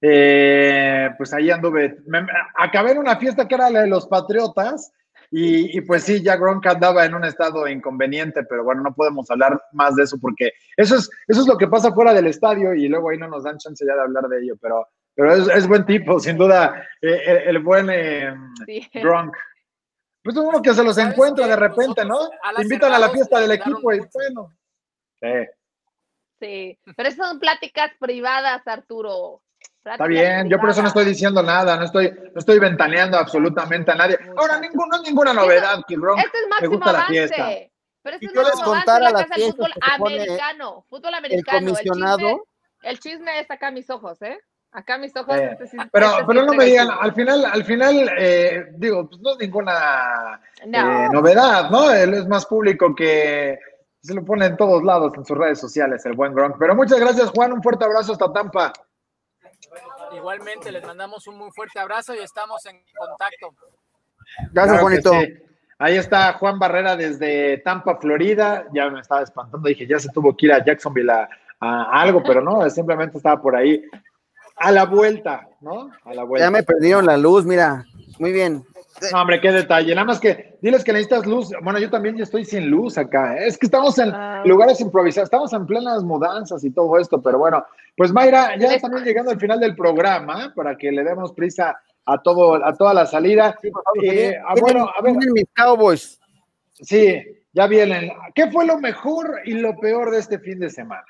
Eh, pues ahí anduve. Me, me- acabé en una fiesta que era la de los Patriotas. Y, y pues sí, ya Gronk andaba en un estado inconveniente, pero bueno, no podemos hablar más de eso porque eso es, eso es lo que pasa fuera del estadio y luego ahí no nos dan chance ya de hablar de ello. Pero, pero es, es buen tipo, sin duda, eh, el, el buen eh, Sí. Gronk. Pues uno que se los ¿Sabes encuentra qué? de repente, Nosotros ¿no? a las Te invitan a la cerrados fiesta le del ayudaron equipo y mucho. bueno. Sí, Sí, pero esas son pláticas privadas, Arturo. está Pláticas bien. Yo por eso no privadas. estoy diciendo nada, no estoy, no estoy ventaneando absolutamente a nadie. Ahora, Muchacho. ningún, no es ninguna novedad que Gronk Este es me máximo gusta la avance. fiesta. Pero este Si es yo les máximo avance en contara la las casa del fiestas fútbol que se pone americano. Fútbol el americano. El comisionado, chisme, el chisme es acá a mis ojos, ¿eh? Acá a mis ojos. Eh, Este sí, pero, este sí pero no me entrega el digan, chisme. al final, al final, eh, digo, pues no es ninguna No. eh, novedad, ¿no? Él es más público que se lo pone en todos lados en sus redes sociales, el buen Gronk. Pero muchas gracias, Juan. Un fuerte abrazo hasta Tampa. Igualmente, les mandamos un muy fuerte abrazo y estamos en contacto. gracias, Claro que Juanito. sí. Ahí está Juan Barrera desde Tampa, Florida. Ya me estaba espantando, dije, ya se tuvo que ir a Jacksonville a, a algo, pero no, simplemente estaba por ahí. A la vuelta, ¿no? A la vuelta. Ya me perdieron la luz, mira. Muy bien. No, hombre, qué detalle. Nada más que diles que necesitas luz. Bueno, yo también ya estoy sin luz acá. ¿eh? Es que estamos en Ah. lugares improvisados, estamos en plenas mudanzas y todo esto, pero bueno, pues Mayra, ya Les- también llegando al final del programa, para que le demos prisa a todo, a toda la salida. Sí, por favor, Eh, vienen- ah, bueno, a ver, vienen mis Cowboys. sí, ya vienen. ¿Qué fue lo mejor y lo peor de este fin de semana?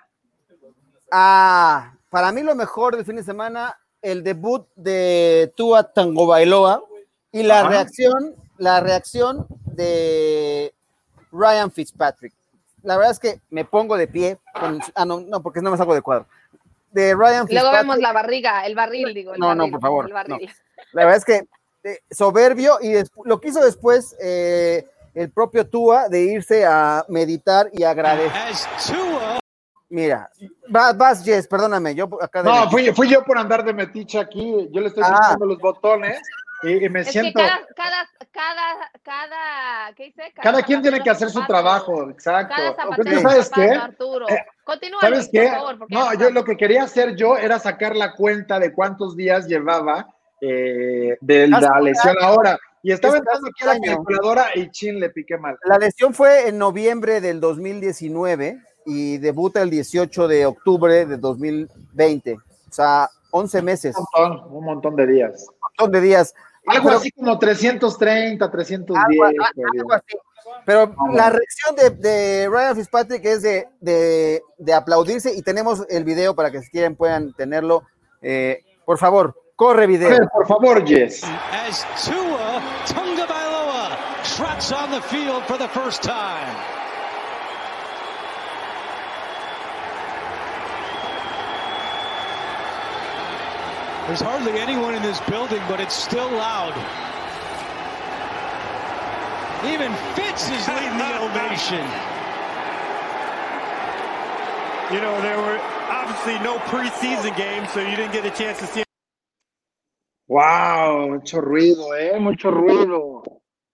Ah, para mí lo mejor del fin de semana, el debut de Tua Tagovailoa y la Ajá. reacción, la reacción de Ryan Fitzpatrick. La verdad es que me pongo de pie. Con, ah, no, no, porque no me saco de cuadro. De Ryan Luego Fitzpatrick. vemos la barriga, el barril, digo. El No, no, barril, por favor, el barril. La verdad es que eh, soberbio y des- lo que hizo después eh, el propio Tua de irse a meditar y agradecer. Mira, vas, vas, Jess, perdóname, yo acá de No, fui, fui yo por andar de metiche aquí. Yo le estoy Ah. poniendo los botones y, y me Es siento. que cada, cada, cada, cada, ¿qué dice? Cada quien tiene que hacer su zapato. trabajo, exacto. Cada zapatero Porque, es ¿sabes zapato, qué? Arturo. Eh, Continúa, ¿Sabes por qué? favor, porque No, ya yo nos lo que quería hacer yo era sacar la cuenta de cuántos días llevaba eh, de Casi la un lesión ahora. Y estaba Es entrando casi aquí a la un año. calculadora y chin, le piqué mal. La lesión fue en noviembre del dos mil diecinueve y debuta el dieciocho de octubre de dos mil veinte. O sea, once meses, Un montón, un montón de días. un montón de días. Algo Pero- así como trescientos treinta, trescientos algo, diez. algo así. Pero bueno. la reacción de, de Ryan Fitzpatrick es de, de, de aplaudirse y tenemos el video para que si quieren puedan tenerlo. Eh, por favor, corre A video. ver, por favor, Jess. As Tua Tagovailoa trots on the field for the first time. There's hardly anyone in this building, but it's still loud. Even Fitz is leading the ovation. You know, there were obviously no preseason games, so you didn't get a chance to see. Wow, mucho ruido, eh, mucho ruido.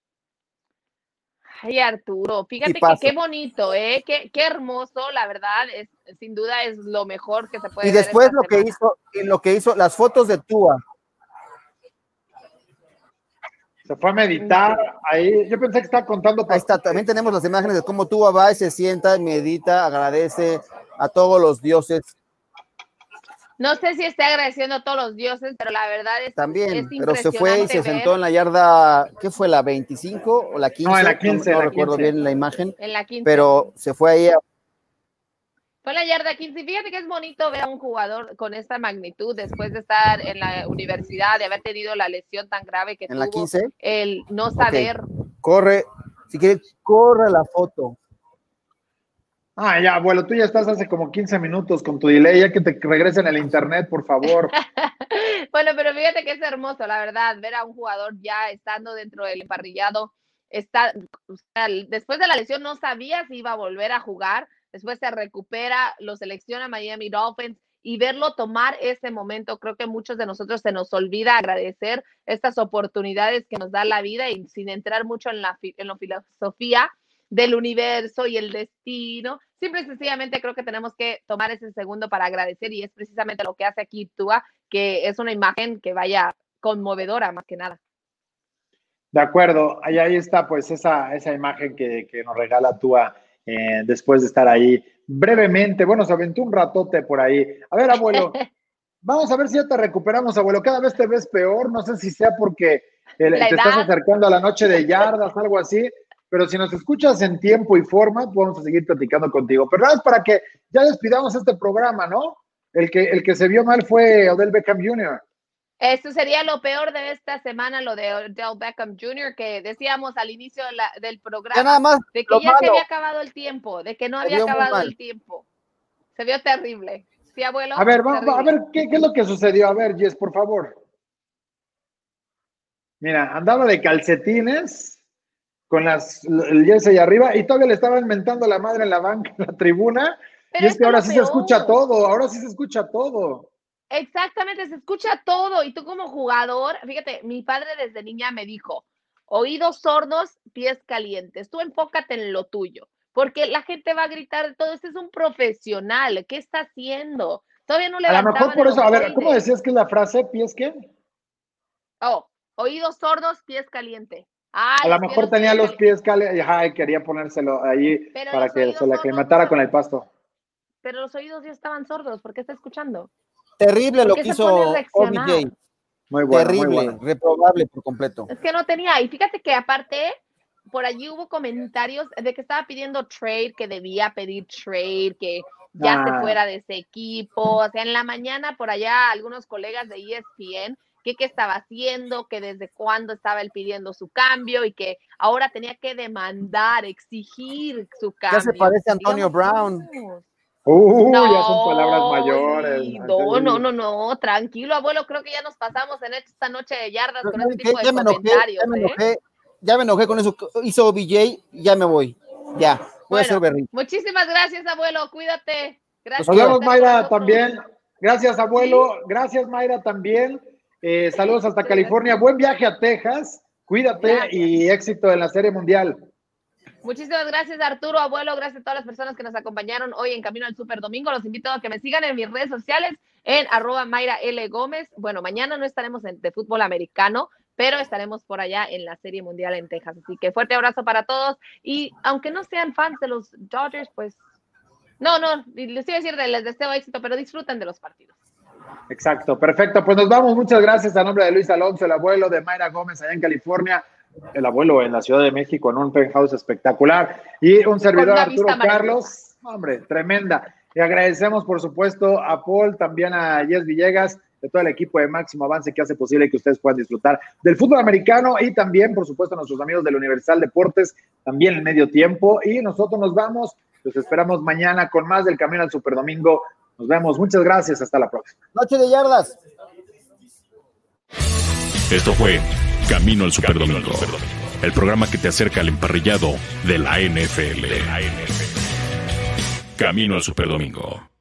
Ay, Arturo, fíjate que Tipazo. qué bonito, ¿eh? Qué, qué hermoso, la verdad, es, sin duda es lo mejor que se puede Y ver después esta lo que semana. hizo, y lo que hizo, las fotos de Tua. Se fue a meditar ahí. Yo pensé que estaba contando. Ahí está, también tenemos las imágenes de cómo Tua va y se sienta, medita, agradece a todos los dioses. No sé si esté agradeciendo a todos los dioses, pero la verdad es, También, es pero se fue y se impresionante sentó ver en la yarda, ¿qué fue? ¿La veinticinco o la quince? No, en la quince, No, no la recuerdo quince. bien la imagen, en la quince. pero se fue ahí. a- Fue en la yarda quince. Y fíjate que es bonito ver a un jugador con esta magnitud después de estar en la universidad, de haber tenido la lesión tan grave que ¿En tuvo. la quince? El no saber. Corre, si quiere, corre la foto. Ah, ya, abuelo, tú ya estás hace como quince minutos con tu delay, ya que te regresen el internet, por favor. Bueno, pero fíjate que es hermoso, la verdad, ver a un jugador ya estando dentro del emparrillado. Está, o sea, después de la lesión no sabía si iba a volver a jugar, después se recupera, lo selecciona Miami Dolphins, y verlo tomar ese momento, creo que muchos de nosotros se nos olvida agradecer estas oportunidades que nos da la vida, y sin entrar mucho en la, en la filosofía del universo y el destino, simple y sencillamente creo que tenemos que tomar ese segundo para agradecer, y es precisamente lo que hace aquí Tua, que es una imagen que vaya conmovedora más que nada. De acuerdo, ahí, ahí está pues esa, esa imagen que, que nos regala Tua eh, después de estar ahí brevemente. Bueno, se aventó un ratote por ahí. A ver, abuelo, vamos a ver si ya te recuperamos, abuelo. Cada vez te ves peor, no sé si sea porque el, te estás acercando a la noche de yardas, algo así. Pero si nos escuchas en tiempo y forma, vamos a seguir platicando contigo. Pero nada, es para que ya despidamos este programa, ¿no? El que, el que se vio mal fue Odell Beckham junior Esto sería lo peor de esta semana, lo de Odell Beckham junior, que decíamos al inicio de la, del programa, nada más de que ya malo. se había acabado el tiempo, de que no había acabado el tiempo. Se vio terrible. ¿Sí, abuelo? A ver, va, va, a ver, ¿qué, ¿qué es lo que sucedió? A ver, Jess, por favor. Mira, andaba de calcetines con las, el jersey arriba y todavía le estaban mentando a la madre en la banca, en la tribuna. Pero y es que ahora sí peor. se escucha todo, ahora sí se escucha todo. Exactamente, se escucha todo. Y tú como jugador, fíjate, mi padre desde niña me dijo, oídos sordos, pies calientes. Tú enfócate en lo tuyo, porque la gente va a gritar de todo. Este es un profesional, ¿qué está haciendo? Todavía no le A lo mejor por eso, a ver, ¿cómo decías que es la frase? ¿Pies qué? Oh, oídos sordos, pies calientes. Ay, a lo mejor tenía los pies calientes y quería ponérselo ahí pero para que se le matara con el pasto. Pero los oídos ya estaban sordos, ¿por qué está escuchando? Terrible lo que hizo O B J. Muy bueno, Terrible, muy bueno. reprobable por completo. Es que no tenía, y fíjate que aparte, por allí hubo comentarios de que estaba pidiendo trade, que debía pedir trade, que ya ah. se fuera de ese equipo. O sea, en la mañana por allá algunos colegas de E S P N, que qué estaba haciendo, que desde cuándo estaba él pidiendo su cambio y que ahora tenía que demandar, exigir su cambio. Ya se parece a Antonio Digamos, Brown. Uh, no, ya son palabras mayores. No, no, no, no, tranquilo, abuelo, creo que ya nos pasamos en esta noche de yardas Pero con este tipo de ya comentarios. Me enojé, ya, me enojé, ¿eh? ya me enojé con eso que hizo O B J y ya me voy. Ya, voy bueno, a hacer berrinche. Muchísimas gracias, abuelo, cuídate. Gracias. Nos vemos, Mayra, también. Gracias, abuelo. ¿Sí? Gracias, Mayra, también. Eh, saludos hasta California. Buen viaje a Texas. Cuídate gracias. Y éxito en la Serie Mundial. Muchísimas gracias, Arturo, abuelo. Gracias a todas las personas que nos acompañaron hoy en Camino al Super Domingo. Los invito a que me sigan en mis redes sociales en arroba Mayra L. Gómez. Bueno, mañana no estaremos en, de fútbol americano, pero estaremos por allá en la Serie Mundial en Texas. Así que fuerte abrazo para todos. Y aunque no sean fans de los Dodgers, pues no, no, les iba a decir, les deseo éxito, pero disfruten de los partidos. Exacto, perfecto. Pues nos vamos. Muchas gracias a nombre de Luis Alonso, el abuelo de Mayra Gómez allá en California. El abuelo en la Ciudad de México en un penthouse espectacular y un servidor Arturo Carlos, hombre, tremenda. Y agradecemos por supuesto a Paul, también a Jess Villegas, de todo el equipo de Máximo Avance que hace posible que ustedes puedan disfrutar del fútbol americano y también por supuesto a nuestros amigos del Universal Deportes, también en medio tiempo, y nosotros nos vamos, los esperamos mañana con más del Camino al Superdomingo. Nos vemos, muchas gracias, hasta la próxima. Noche de yardas. Esto fue Camino al Superdomingo, el programa que te acerca al emparrillado de la N F L. Camino al Superdomingo.